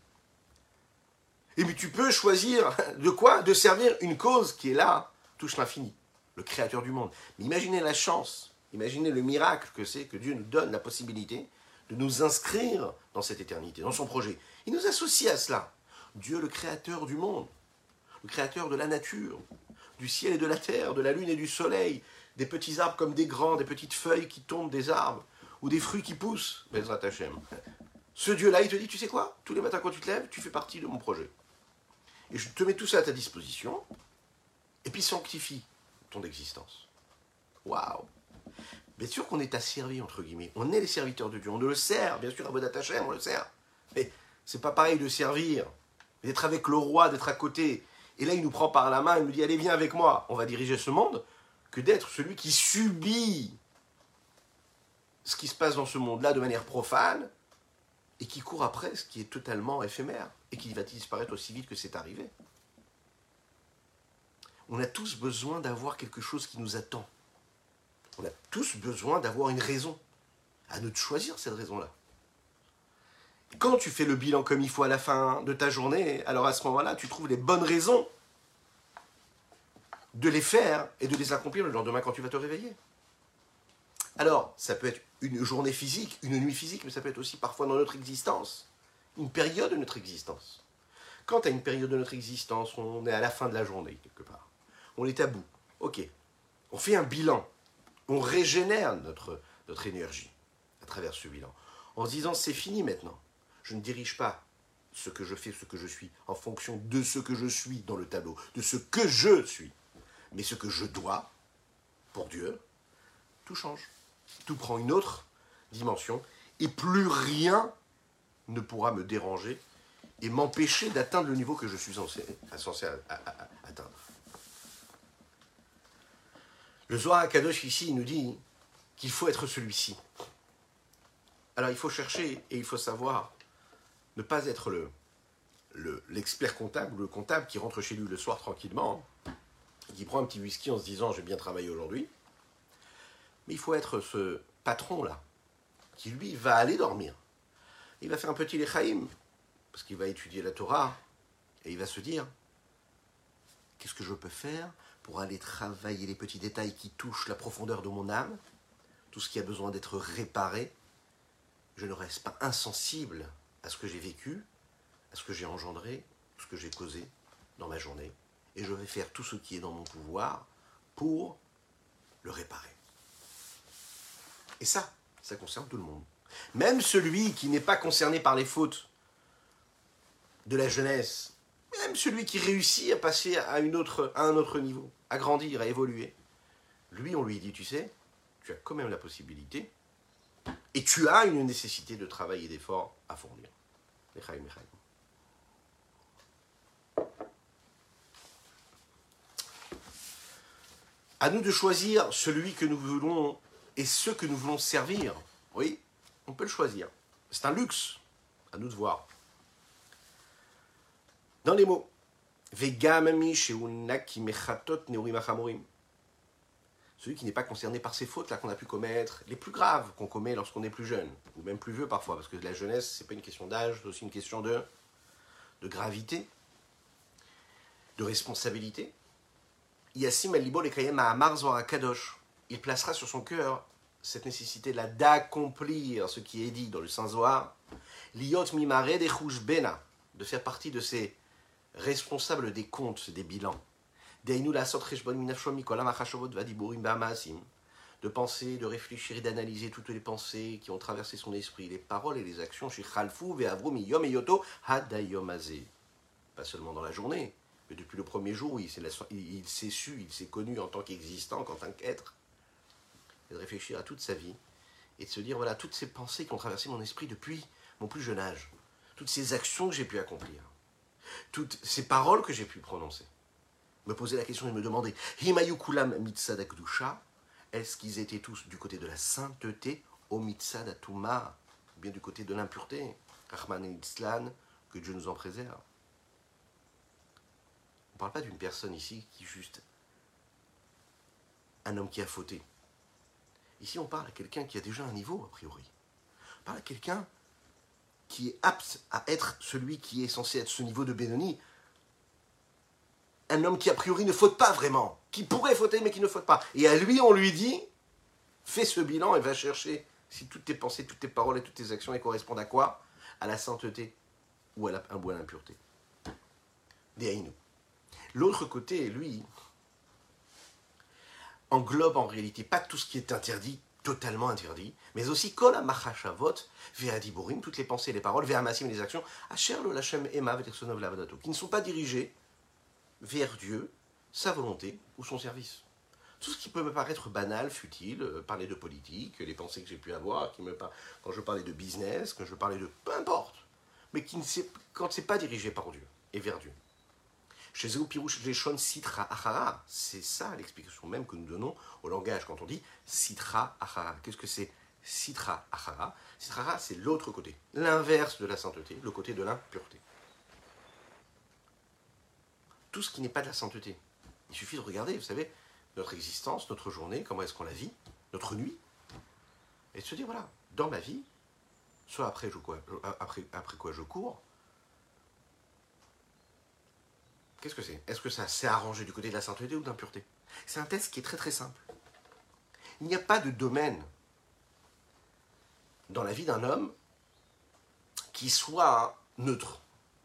Et mais tu peux choisir de quoi? De servir une cause qui est là, touche l'infini, le créateur du monde. Mais imaginez la chance, imaginez le miracle que c'est que Dieu nous donne la possibilité de nous inscrire dans cette éternité, dans son projet. Il nous associe à cela. Dieu, le créateur du monde, le créateur de la nature, du ciel et de la terre, de la lune et du soleil, des petits arbres comme des grands, des petites feuilles qui tombent des arbres, ou des fruits qui poussent, Bezrat Hashem. Ce Dieu-là, il te dit, tu sais quoi? Tous les matins quand tu te lèves, tu fais partie de mon projet. Et je te mets tout ça à ta disposition, et puis sanctifie ton existence. Waouh! Bien sûr qu'on est asservi, entre guillemets. On est les serviteurs de Dieu. On le sert, bien sûr, à Avodat Hashem, on le sert. Mais c'est pas pareil de servir, d'être avec le roi, d'être à côté. Et là, il nous prend par la main, il nous dit, allez, viens avec moi, on va diriger ce monde, que d'être celui qui subit ce qui se passe dans ce monde-là de manière profane, et qui court après ce qui est totalement éphémère, et qui va disparaître aussi vite que c'est arrivé. On a tous besoin d'avoir quelque chose qui nous attend. On a tous besoin d'avoir une raison. À nous de choisir cette raison-là. Quand tu fais le bilan comme il faut à la fin de ta journée, alors à ce moment-là, tu trouves les bonnes raisons de les faire et de les accomplir le lendemain quand tu vas te réveiller. Alors, ça peut être une journée physique, une nuit physique, mais ça peut être aussi parfois dans notre existence, une période de notre existence. Quand à une période de notre existence, on est à la fin de la journée, quelque part, on est à bout, ok, on fait un bilan, on régénère notre, notre énergie à travers ce bilan, en se disant c'est fini maintenant, je ne dirige pas ce que je fais, ce que je suis, en fonction de ce que je suis dans le tableau, de ce que je suis, mais ce que je dois, pour Dieu, tout change. Tout prend une autre dimension et plus rien ne pourra me déranger et m'empêcher d'atteindre le niveau que je suis censé, censé à, à, à, atteindre. Le Zohar HaKadosh ici il nous dit qu'il faut être celui-ci. Alors il faut chercher et il faut savoir ne pas être le, le, l'expert comptable ou le comptable qui rentre chez lui le soir tranquillement, qui prend un petit whisky en se disant j'ai bien travaillé aujourd'hui. Mais il faut être ce patron-là, qui lui va aller dormir. Il va faire un petit lechaïm, parce qu'il va étudier la Torah, et il va se dire, qu'est-ce que je peux faire pour aller travailler les petits détails qui touchent la profondeur de mon âme, tout ce qui a besoin d'être réparé. Je ne reste pas insensible à ce que j'ai vécu, à ce que j'ai engendré, ce que j'ai causé dans ma journée, et je vais faire tout ce qui est dans mon pouvoir pour le réparer. Et ça, ça concerne tout le monde. Même celui qui n'est pas concerné par les fautes de la jeunesse, même celui qui réussit à passer à, une autre, à un autre niveau, à grandir, à évoluer, lui, on lui dit, tu sais, tu as quand même la possibilité, et tu as une nécessité de travail et d'effort à fournir. Lechaim, lechaim. À nous de choisir celui que nous voulons et ceux que nous voulons servir. Oui, on peut le choisir. C'est un luxe. À nous de voir. Dans les mots, Vegamami sheunaki mechatot neurim achamorim. Celui qui n'est pas concerné par ces fautes là qu'on a pu commettre, les plus graves qu'on commet lorsqu'on est plus jeune, ou même plus vieux parfois, parce que la jeunesse, c'est pas une question d'âge, c'est aussi une question de, de gravité, de responsabilité. Yassim al-Libo lekayem ha'amar zohar kadosh. Il placera sur son cœur cette nécessité-là d'accomplir ce qui est dit dans le Saint Zohar, liot mimare dechush bena, de faire partie de ces responsables des comptes, des bilans, deinu lasot cheshbon minafsho mikol hamachashavot vadiburim ba'maasim, de penser, de réfléchir et d'analyser toutes les pensées qui ont traversé son esprit, les paroles et les actions chez Chalfou ve'avru miyom eyoto hadayom hazeh. Pas seulement dans la journée, mais depuis le premier jour où il s'est, il s'est su, il s'est connu en tant qu'existant, en tant qu'être, et de réfléchir à toute sa vie, et de se dire, voilà, toutes ces pensées qui ont traversé mon esprit depuis mon plus jeune âge, toutes ces actions que j'ai pu accomplir, toutes ces paroles que j'ai pu prononcer, me poser la question et me demander, Himayu kulam mitzad akdusha, est-ce qu'ils étaient tous du côté de la sainteté, au mitzad atuma, ou bien du côté de l'impureté, Rahman et Itzlan, que Dieu nous en préserve. On ne parle pas d'une personne ici qui est juste un homme qui a fauté. Ici, on parle à quelqu'un qui a déjà un niveau, a priori. On parle à quelqu'un qui est apte à être celui qui est censé être ce niveau de Benoni. Un homme qui, a priori, ne faute pas vraiment. Qui pourrait fauter, mais qui ne faute pas. Et à lui, on lui dit, fais ce bilan et va chercher si toutes tes pensées, toutes tes paroles et toutes tes actions elles correspondent à quoi? À la sainteté ou à, la, ou à l'impureté. Dehainu. L'autre côté, lui, englobe en réalité pas tout ce qui est interdit, totalement interdit, mais aussi kol hamachashavot ve'adiburim, toutes les pensées, les paroles, ve'amasim et les actions, asher lo lachem ema ve'tersonov lavadato, qui ne sont pas dirigées vers Dieu, sa volonté ou son service. Tout ce qui peut me paraître banal, futile, euh, parler de politique, les pensées que j'ai pu avoir, qui me par... quand je parlais de business, quand je parlais de peu importe, mais qui ne sait... quand c'est pas dirigé par Dieu et vers Dieu. Chez Zéou Pirouche Leshon Sitra Achara, c'est ça l'explication même que nous donnons au langage quand on dit Sitra Achara. Qu'est-ce que c'est Sitra Achara? Sitra Achara, c'est l'autre côté, l'inverse de la sainteté, le côté de l'impureté. Tout ce qui n'est pas de la sainteté. Il suffit de regarder, vous savez, notre existence, notre journée, comment est-ce qu'on la vit, notre nuit, et de se dire, voilà, dans ma vie, soit après, je, quoi, après, après quoi je cours, qu'est-ce que c'est? Est-ce que ça s'est arrangé du côté de la sainteté ou de l'impureté? C'est un test qui est très très simple. Il n'y a pas de domaine dans la vie d'un homme qui soit neutre.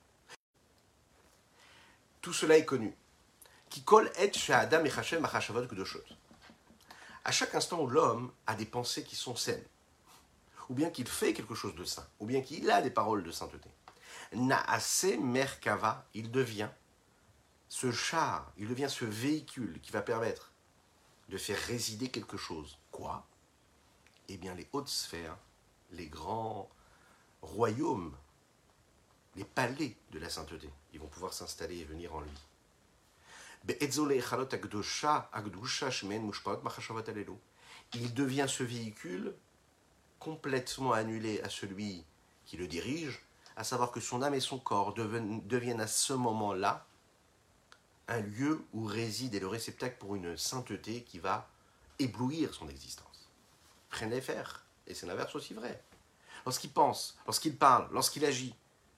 Tout cela est connu. Qui colle et chez Adam et Hachem achashavot kedoshot. À chaque instant où l'homme a des pensées qui sont saines, ou bien qu'il fait quelque chose de saint, ou bien qu'il a des paroles de sainteté, Naase Merkava, il devient ce char, il devient ce véhicule qui va permettre de faire résider quelque chose. Quoi? Eh bien, les hautes sphères, les grands royaumes, les palais de la sainteté, ils vont pouvoir s'installer et venir en lui. Il devient ce véhicule complètement annulé à celui qui le dirige, à savoir que son âme et son corps deviennent à ce moment-là un lieu où réside et le réceptacle pour une sainteté qui va éblouir son existence. Prenez faire, et c'est l'inverse aussi vrai. Lorsqu'il pense, lorsqu'il parle, lorsqu'il agit,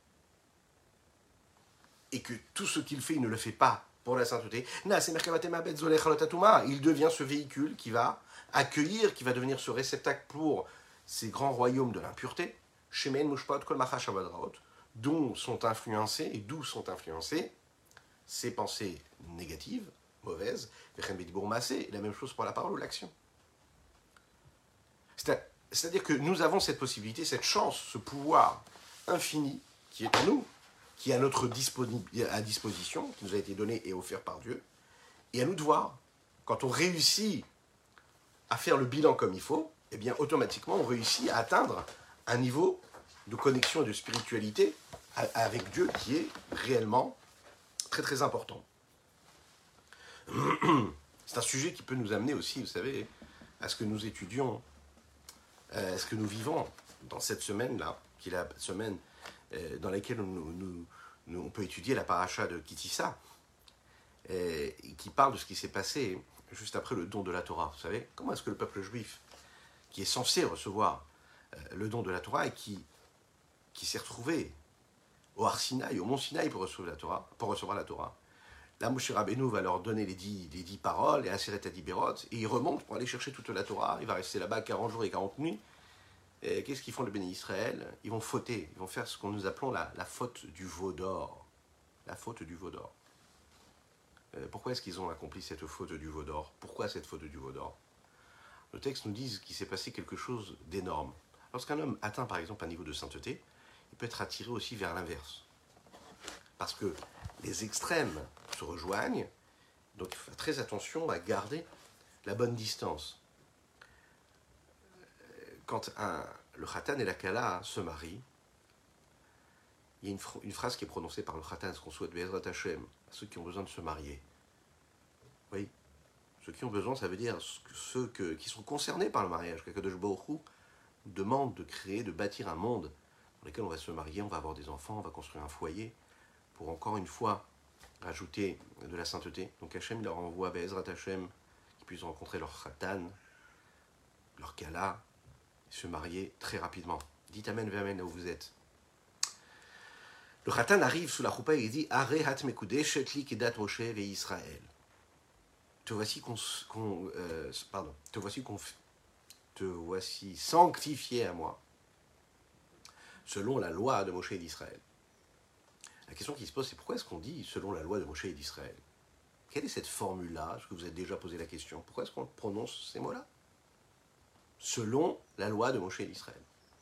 et que tout ce qu'il fait, il ne le fait pas pour la sainteté, il devient ce véhicule qui va accueillir, qui va devenir ce réceptacle pour ces grands royaumes de l'impureté, dont sont influencés, et d'où sont influencés ces pensées négatives, mauvaises, et la même chose pour la parole ou l'action. C'est-à-dire que nous avons cette possibilité, cette chance, ce pouvoir infini qui est en nous, qui est à notre à disposition, qui nous a été donné et offert par Dieu, et à nous de voir, quand on réussit à faire le bilan comme il faut, eh bien automatiquement on réussit à atteindre un niveau de connexion et de spiritualité avec Dieu qui est réellement très très important. C'est un sujet qui peut nous amener aussi, vous savez, à ce que nous étudions, à ce que nous vivons dans cette semaine-là, qui est la semaine dans laquelle nous, nous, nous, on peut étudier la paracha de Kitissa, et qui parle de ce qui s'est passé juste après le don de la Torah. Vous savez, comment est-ce que le peuple juif, qui est censé recevoir le don de la Torah et qui, qui s'est retrouvé au Har Sinaï, au mont Sinaï pour recevoir la Torah, pour recevoir la Torah, là Moshe Rabbeinu va leur donner les dix, les dix paroles, et Aseret Adiberot, et ils remontent pour aller chercher toute la Torah. Il va rester là-bas quarante jours et quarante nuits. Et qu'est-ce qu'ils font le béni Israël? Ils vont fauter, ils vont faire ce que nous appelons la, la faute du veau d'or. La faute du veau d'or. Euh, pourquoi est-ce qu'ils ont accompli cette faute du veau d'or? Pourquoi cette faute du veau d'or? Le texte nous dit qu'il s'est passé quelque chose d'énorme. Lorsqu'un homme atteint par exemple un niveau de sainteté, il peut être attiré aussi vers l'inverse. Parce que les extrêmes se rejoignent, donc il faut faire très attention à garder la bonne distance. Quand un, le Khatan et la Kala se marient, il y a une, une phrase qui est prononcée par le Khatan, ce qu'on souhaite Be'ezrat Hashem, à ceux qui ont besoin de se marier. Oui, ceux qui ont besoin, ça veut dire ceux que, qui sont concernés par le mariage. Qu'Akadosh Baruch Hu demande de créer, de bâtir un monde dans lequel on va se marier, on va avoir des enfants, on va construire un foyer, pour encore une fois rajouter de la sainteté. Donc Hashem leur envoie Be'ezrat Hashem, qu'ils puissent rencontrer leur Khatan, leur Kala, se marier très rapidement. Dites Amen, Amen, là où vous êtes. Le Khatan arrive sous la choupa et il dit Are hat mekudeshet li kedat Moshe ve Israël. Te voici qu'on, qu'on euh, pardon, te voici qu'on, te voici sanctifié à moi, selon la loi de Moshe et d'Israël. La question qui se pose, c'est pourquoi est-ce qu'on dit selon la loi de Moshe et d'Israël? Quelle est cette formule-là? Est-ce que vous avez déjà posé la question? Pourquoi est-ce qu'on prononce ces mots-là? Selon la loi de Moshe et d'Israël.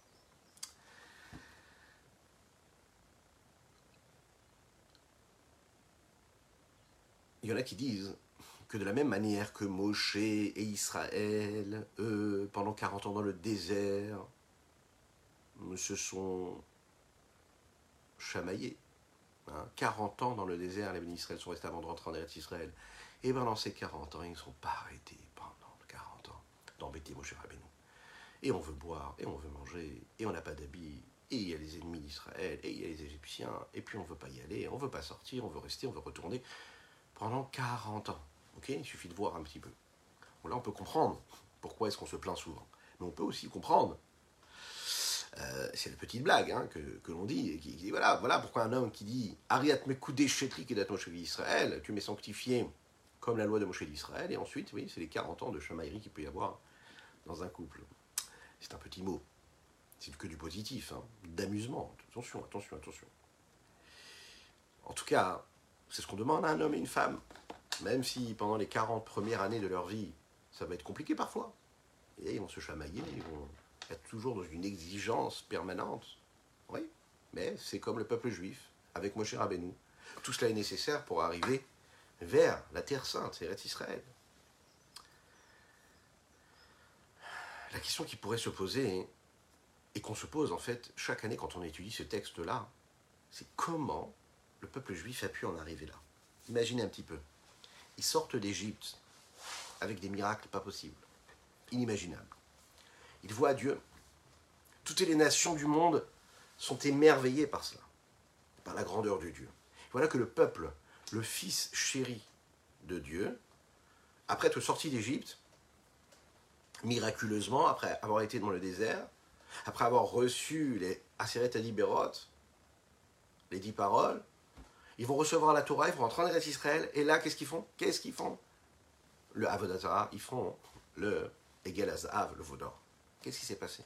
Il y en a qui disent que de la même manière que Moshe et Israël, eux, pendant quarante ans dans le désert, se sont chamaillés. Hein, quarante ans dans le désert, les bénis Israël sont restés avant de rentrer en Eretz Israël. Et pendant ces quarante ans, ils ne sont pas arrêtés pendant quarante ans d'embêter Moshe Rabbeinu. Et on veut boire, et on veut manger, et on n'a pas d'habits, et il y a les ennemis d'Israël, et il y a les Égyptiens, et puis on ne veut pas y aller, on ne veut pas sortir, on veut rester, on veut retourner pendant quarante ans. Okay, il suffit de voir un petit peu. Bon, là, on peut comprendre pourquoi est-ce qu'on se plaint souvent. Mais on peut aussi comprendre, euh, c'est la petite blague hein, que, que l'on dit, qui, qui dit, voilà, voilà pourquoi un homme qui dit « Ariat mekoudé shetli kedat Moshe d'Israël » tu m'es sanctifié comme la loi de Moshe d'Israël, et ensuite, oui, c'est les quarante ans de chamaillerie qu'il peut y avoir dans un couple. C'est un petit mot. C'est que du positif, hein, d'amusement. Attention, attention, attention. En tout cas, c'est ce qu'on demande à un homme et une femme. Même si pendant les quarante premières années de leur vie, ça va être compliqué parfois. Et ils vont se chamailler, ils vont être toujours dans une exigence permanente. Oui, mais c'est comme le peuple juif, avec Moshe Rabbeinu. Tout cela est nécessaire pour arriver vers la terre sainte, Eretz Israël. La question qui pourrait se poser, et qu'on se pose en fait chaque année quand on étudie ce texte-là, c'est comment le peuple juif a pu en arriver là. Imaginez un petit peu. Ils sortent d'Égypte avec des miracles pas possibles, inimaginables. Ils voient Dieu. Toutes les nations du monde sont émerveillés par cela, par la grandeur de Dieu. Voilà que le peuple, le fils chéri de Dieu, après être sorti d'Égypte, miraculeusement, après avoir été dans le désert, après avoir reçu les Aseret Adiberot, les dix paroles, ils vont recevoir la Torah, ils vont rentrer en Eretz Israël, et là, qu'est-ce qu'ils font Qu'est-ce qu'ils font Le Avodat Zarah, ils font le Egel Hazahav, le veau d'or. Qu'est-ce qui s'est passé?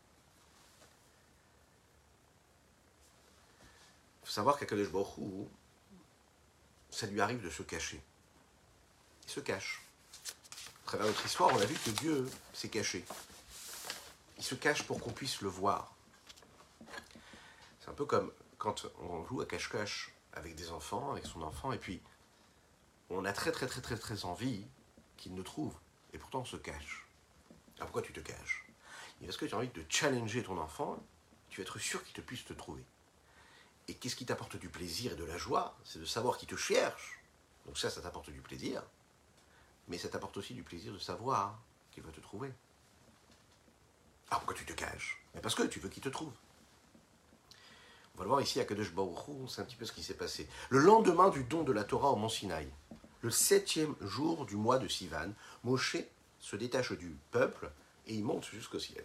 Il faut savoir qu'Akadosh Baruch Hu, ça lui arrive de se cacher. Il se cache. À travers notre histoire, on a vu que Dieu s'est caché. Il se cache pour qu'on puisse le voir. C'est un peu comme quand on joue à cache-cache avec des enfants, avec son enfant, et puis on a très très très très très envie qu'il nous trouve, et pourtant on se cache. Alors pourquoi tu te caches? Parce que tu as envie de challenger ton enfant, tu veux être sûr qu'il te puisse te trouver. Et qu'est-ce qui t'apporte du plaisir et de la joie? C'est de savoir qu'il te cherche. Donc ça, ça t'apporte du plaisir. Mais ça t'apporte aussi du plaisir de savoir qu'il va te trouver. Alors pourquoi tu te caches? Mais parce que tu veux qu'il te trouve. On va le voir ici à Kadosh Baruch Hu, c'est un petit peu ce qui s'est passé. Le lendemain du don de la Torah au mont Sinaï, le septième jour du mois de Sivan, Moshe se détache du peuple et il monte jusqu'au ciel.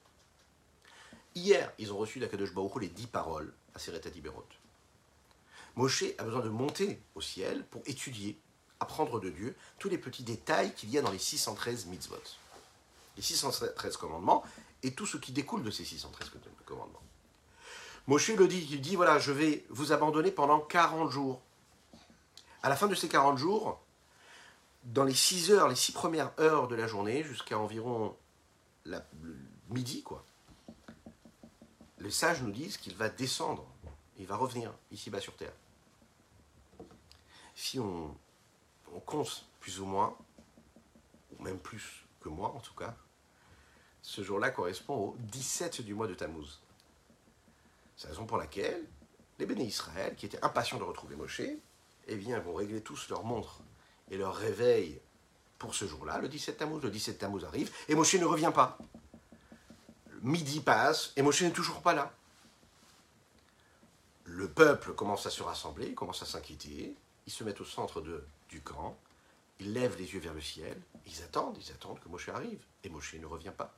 Hier, ils ont reçu d'Akadosh Baruch Hu les dix paroles à Aseret Adiberot. Moshe a besoin de monter au ciel pour étudier, apprendre de Dieu tous les petits détails qu'il y a dans les six cent treize mitzvot. Les six cent treize commandements et tout ce qui découle de ces six cent treize commandements. Moshe le dit, il dit, voilà, je vais vous abandonner pendant quarante jours. À la fin de ces quarante jours, dans les six heures, les six premières heures de la journée, jusqu'à environ la, le midi, quoi, les sages nous disent qu'il va descendre, il va revenir ici-bas sur Terre. Si on, on compte plus ou moins, ou même plus que moi en tout cas, ce jour-là correspond au dix-sept du mois de Tammuz. C'est la raison pour laquelle les béné Israël, qui étaient impatients de retrouver Moshe, eh bien, vont régler tous leurs montres et leur réveil pour ce jour-là, le dix-sept Tammuz. Le dix-sept Tammuz arrive et Moshe ne revient pas. Midi passe et Moshe n'est toujours pas là. Le peuple commence à se rassembler, commence à s'inquiéter, ils se mettent au centre de, du camp, ils lèvent les yeux vers le ciel, ils attendent, ils attendent que Moshe arrive, et Moshe ne revient pas.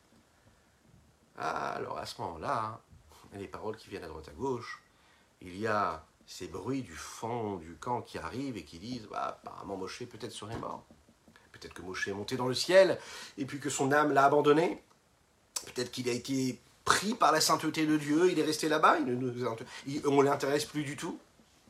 Ah, alors à ce moment-là, il y a les paroles qui viennent à droite à gauche, il y a ces bruits du fond du camp qui arrivent et qui disent bah, apparemment Moshe peut-être serait mort, peut-être que Moshe est monté dans le ciel, et puis que son âme l'a abandonné. Peut-être qu'il a été pris par la sainteté de Dieu, il est resté là-bas, il ne nous, il, on ne l'intéresse plus du tout.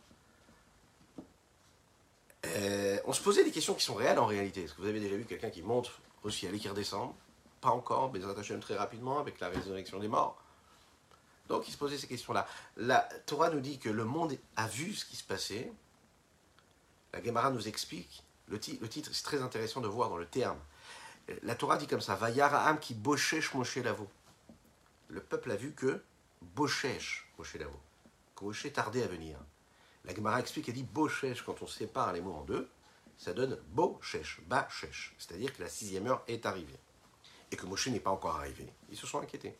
Euh, on se posait des questions qui sont réelles en réalité. Est-ce que vous avez déjà vu quelqu'un qui monte au ciel et qui redescend? Pas encore, mais Hashem très rapidement avec la résurrection des morts. Donc il se posait ces questions-là. La Torah nous dit que le monde a vu ce qui se passait. La Gemara nous explique, le, ti- le titre, c'est très intéressant de voir dans le terme. La Torah dit comme ça, Vayara'am qui boshesh Moshe Lavo. Le peuple a vu que boshesh Moshe Lavo, que Moshe tardait à venir. La Gemara explique, elle dit boshesh, quand on sépare les mots en deux, ça donne boshesh, bachesh, c'est-à-dire que la sixième heure est arrivée. Et que Moshe n'est pas encore arrivé. Ils se sont inquiétés.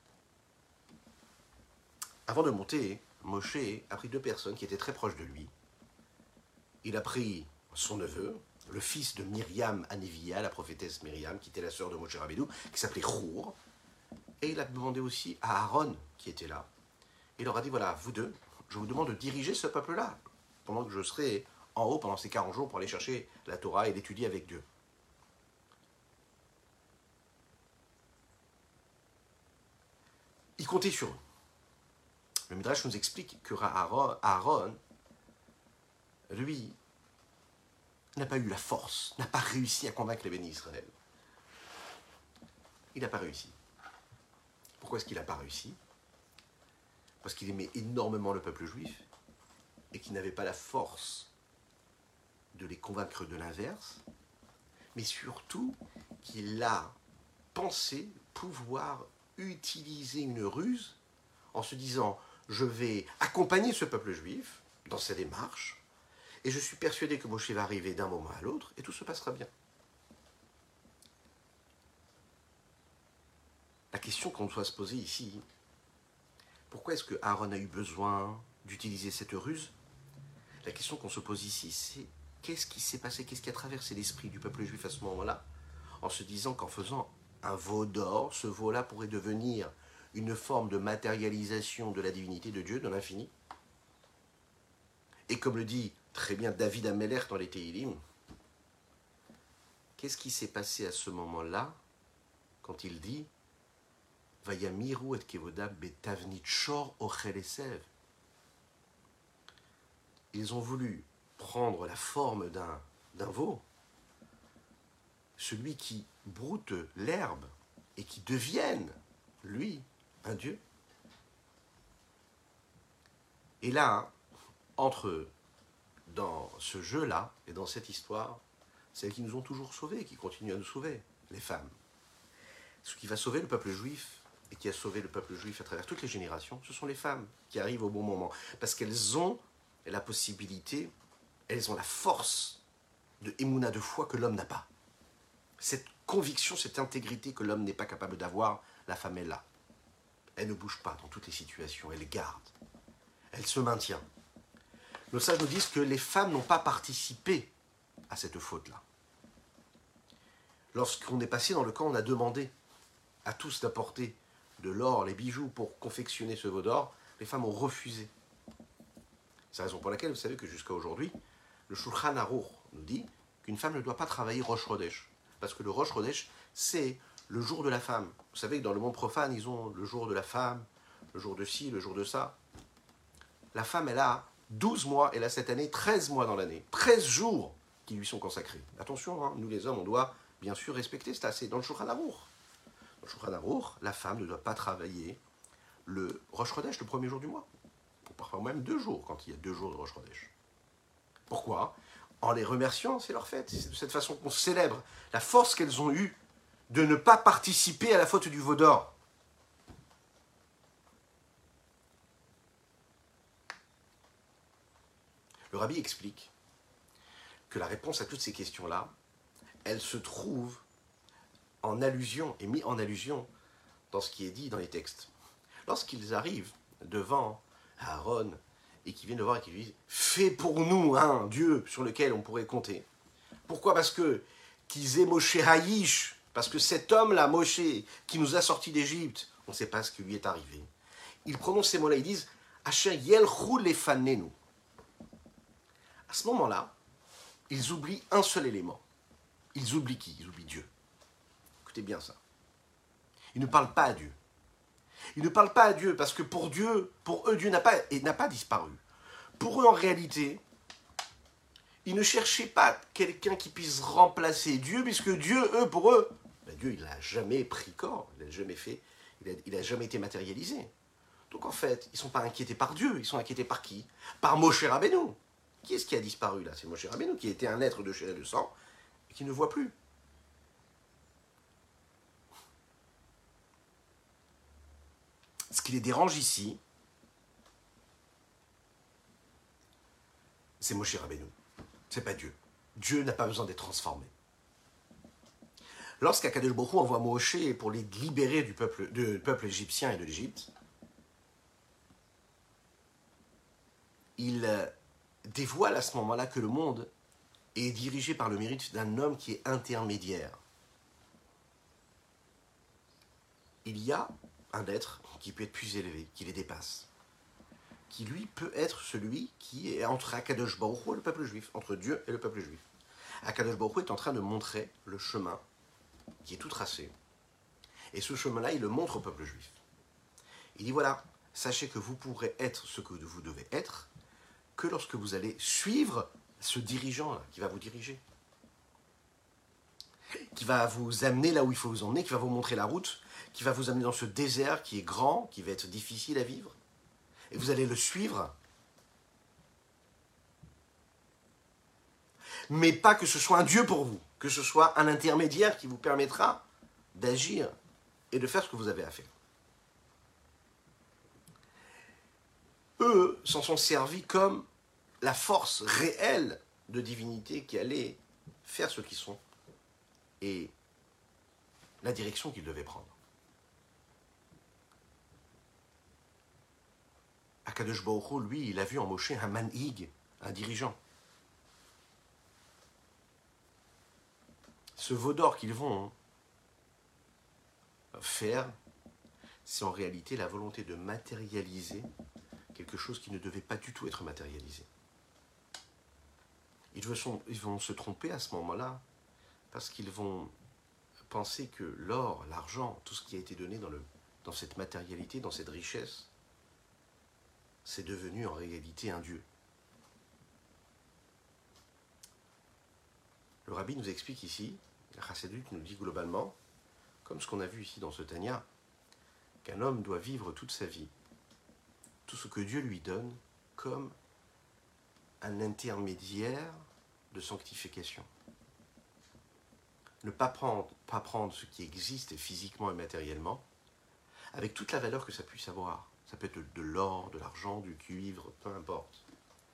Avant de monter, Moshe a pris deux personnes qui étaient très proches de lui. Il a pris son neveu, le fils de Myriam Anevia, la prophétesse Myriam, qui était la sœur de Moshe Rabbeinu, qui s'appelait Chour. Et il a demandé aussi à Aaron, qui était là. Il leur a dit, voilà, vous deux, je vous demande de diriger ce peuple-là, pendant que je serai en haut pendant ces quarante jours pour aller chercher la Torah et l'étudier avec Dieu. Il comptait sur eux. Le Midrash nous explique que Aaron, Aaron lui, n'a pas eu la force, n'a pas réussi à convaincre les bénis Israël. Il n'a pas réussi. Pourquoi est-ce qu'il n'a pas réussi? Parce qu'il aimait énormément le peuple juif et qu'il n'avait pas la force de les convaincre de l'inverse, mais surtout qu'il a pensé pouvoir utiliser une ruse en se disant « je vais accompagner ce peuple juif dans sa démarche et je suis persuadé que Moshe va arriver d'un moment à l'autre et tout se passera bien ». La question qu'on doit se poser ici, Pourquoi est-ce que Aaron a eu besoin d'utiliser cette ruse? La question qu'on se pose ici, c'est qu'est-ce qui s'est passé, qu'est-ce qui a traversé l'esprit du peuple juif à ce moment-là, en se disant qu'en faisant un veau d'or, ce veau-là pourrait devenir une forme de matérialisation de la divinité de Dieu, de l'infini. Et comme le dit très bien David Ameller dans les Tehillim, qu'est-ce qui s'est passé à ce moment-là, quand il dit « Vayamiru et kevoda betavnit shor ochel esev » Ils ont voulu prendre la forme d'un, d'un veau, celui qui broute l'herbe et qui devienne, lui, un dieu. Et là, entre dans ce jeu-là et dans cette histoire, celles qui nous ont toujours sauvés, qui continuent à nous sauver, les femmes. Ce qui va sauver le peuple juif et qui a sauvé le peuple juif à travers toutes les générations, ce sont les femmes qui arrivent au bon moment. Parce qu'elles ont la possibilité, elles ont la force de émouna, de foi que l'homme n'a pas. Cette conviction, cette intégrité que l'homme n'est pas capable d'avoir, la femme est là. Elle ne bouge pas dans toutes les situations, elle garde. Elle se maintient. Nos sages nous disent que les femmes n'ont pas participé à cette faute-là. Lorsqu'on est passé dans le camp, on a demandé à tous d'apporter de l'or, les bijoux pour confectionner ce veau d'or. Les femmes ont refusé. C'est la raison pour laquelle vous savez que jusqu'à aujourd'hui, le Shulchan Aruch nous dit qu'une femme ne doit pas travailler Rosh Chodesh. Parce que le Rosh Chodesh, c'est le jour de la femme. Vous savez que dans le monde profane, ils ont le jour de la femme, le jour de ci, le jour de ça. La femme, elle a douze mois, elle a cette année treize mois dans l'année. treize jours qui lui sont consacrés. Attention, hein, nous les hommes, on doit bien sûr respecter, c'est assez dans le Shulchan Aruch. Dans le Shulchan Aruch, la femme ne doit pas travailler le Rosh Chodesh, le premier jour du mois. Parfois même deux jours, quand il y a deux jours de Rosh Chodesh. Pourquoi? En les remerciant, c'est leur fête. C'est de cette façon qu'on célèbre la force qu'elles ont eue de ne pas participer à la faute du veau d'or. Le rabbi explique que la réponse à toutes ces questions-là, elle se trouve en allusion, et mis en allusion dans ce qui est dit dans les textes. Lorsqu'ils arrivent devant Aaron, et qui viennent le voir et qui lui disent « Fais pour nous un Dieu sur lequel on pourrait compter. » Pourquoi? Parce que Kizé Moshe Haïch, parce que cet homme-là, Moshe, qui nous a sortis d'Égypte, on ne sait pas ce qui lui est arrivé. Ils prononcent ces mots-là, ils disent « Asher yelchou lefanenu » À ce moment-là, ils oublient un seul élément. Ils oublient qui? Ils oublient Dieu. Écoutez bien ça. Ils ne parlent pas à Dieu. Ils ne parlent pas à Dieu parce que pour Dieu, pour eux, Dieu n'a pas, n'a pas disparu. Pour eux, en réalité, ils ne cherchaient pas quelqu'un qui puisse remplacer Dieu, puisque Dieu, eux, pour eux, ben Dieu, il n'a jamais pris corps, il n'a jamais fait, il n'a jamais été matérialisé. Donc en fait, ils ne sont pas inquiétés par Dieu, ils sont inquiétés par qui? Par Moshe Rabbeinu. Qui est-ce qui a disparu là? C'est Moshe Rabbeinu, qui était un être de chair et de sang, et qui ne voit plus. Ce qui les dérange ici, c'est Moshe Rabbeinu. C'est pas Dieu. Dieu n'a pas besoin d'être transformé. Lorsqu'Akadosh Baruch Hu envoie Moshe pour les libérer du peuple, du peuple égyptien et de l'Égypte, il dévoile à ce moment-là que le monde est dirigé par le mérite d'un homme qui est intermédiaire. Il y a un être qui peut être plus élevé, qui les dépasse, qui lui peut être celui qui est entre Akadosh Baruch Hu et le peuple juif, entre Dieu et le peuple juif. Akadosh Baruch Hu est en train de montrer le chemin qui est tout tracé. Et ce chemin-là, il le montre au peuple juif. Il dit voilà, sachez que vous pourrez être ce que vous devez être que lorsque vous allez suivre ce dirigeant-là qui va vous diriger, qui va vous amener là où il faut vous emmener, qui va vous montrer la route, qui va vous amener dans ce désert qui est grand, qui va être difficile à vivre. Et vous allez le suivre. Mais pas que ce soit un Dieu pour vous, que ce soit un intermédiaire qui vous permettra d'agir et de faire ce que vous avez à faire. Eux s'en sont servis comme la force réelle de divinité qui allait faire ce qu'ils sont et la direction qu'ils devaient prendre. Akadosh Baruch Hu, lui, il a vu en Moshe un manhig, un dirigeant. Ce veau d'or qu'ils vont faire, c'est en réalité la volonté de matérialiser quelque chose qui ne devait pas du tout être matérialisé. Ils vont se tromper à ce moment-là, parce qu'ils vont penser que l'or, l'argent, tout ce qui a été donné dans, le, dans cette matérialité, dans cette richesse, c'est devenu en réalité un Dieu. Le Rabbi nous explique ici, la Chassidut nous dit globalement, comme ce qu'on a vu ici dans ce Tanya, qu'un homme doit vivre toute sa vie, tout ce que Dieu lui donne, comme un intermédiaire de sanctification. Ne pas prendre, pas prendre ce qui existe physiquement et matériellement, avec toute la valeur que ça puisse avoir. Ça peut être de, de l'or, de l'argent, du cuivre, peu importe.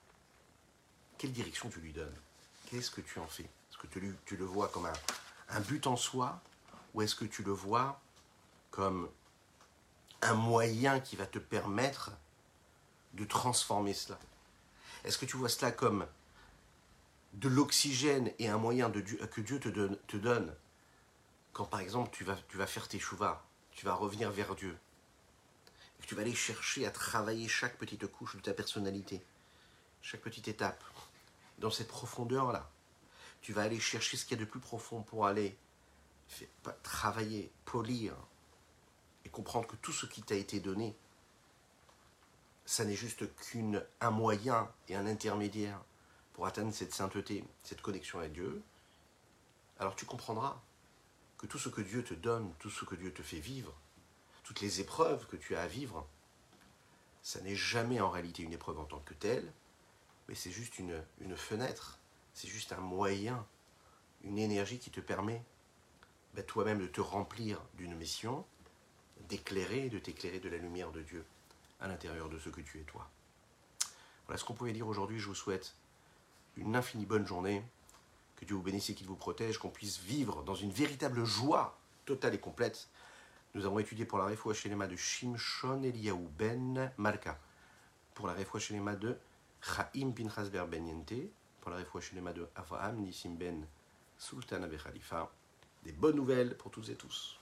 Quelle direction tu lui donnes? Qu'est-ce que tu en fais? Est-ce que tu, tu le vois comme un, un but en soi, ou est-ce que tu le vois comme un moyen qui va te permettre de transformer cela? Est-ce que tu vois cela comme de l'oxygène et un moyen de Dieu, que Dieu te donne, te donne quand par exemple tu vas, tu vas faire tes chouvas, tu vas revenir vers Dieu, et que tu vas aller chercher à travailler chaque petite couche de ta personnalité, chaque petite étape, dans cette profondeur-là, tu vas aller chercher ce qu'il y a de plus profond pour aller faire, travailler, polir, et comprendre que tout ce qui t'a été donné, ça n'est juste qu'un moyen et un intermédiaire pour atteindre cette sainteté, cette connexion avec Dieu, alors tu comprendras que tout ce que Dieu te donne, tout ce que Dieu te fait vivre, toutes les épreuves que tu as à vivre, ça n'est jamais en réalité une épreuve en tant que telle, mais c'est juste une, une fenêtre, c'est juste un moyen, une énergie qui te permet ben, toi-même de te remplir d'une mission, d'éclairer, de t'éclairer de la lumière de Dieu à l'intérieur de ce que tu es toi. Voilà ce qu'on pouvait dire aujourd'hui. Je vous souhaite une infinie bonne journée, que Dieu vous bénisse et qu'il vous protège, qu'on puisse vivre dans une véritable joie totale et complète. Nous avons étudié pour la Refoua Shelema de Shimshon Eliyahu Ben Malka, pour la Refoua Shelema de Chaim Pinchas Ber Ben Yente, pour la Refoua Shelema de Avraham Nissim Ben Sultana Be Khalifa. Des bonnes nouvelles pour toutes et tous.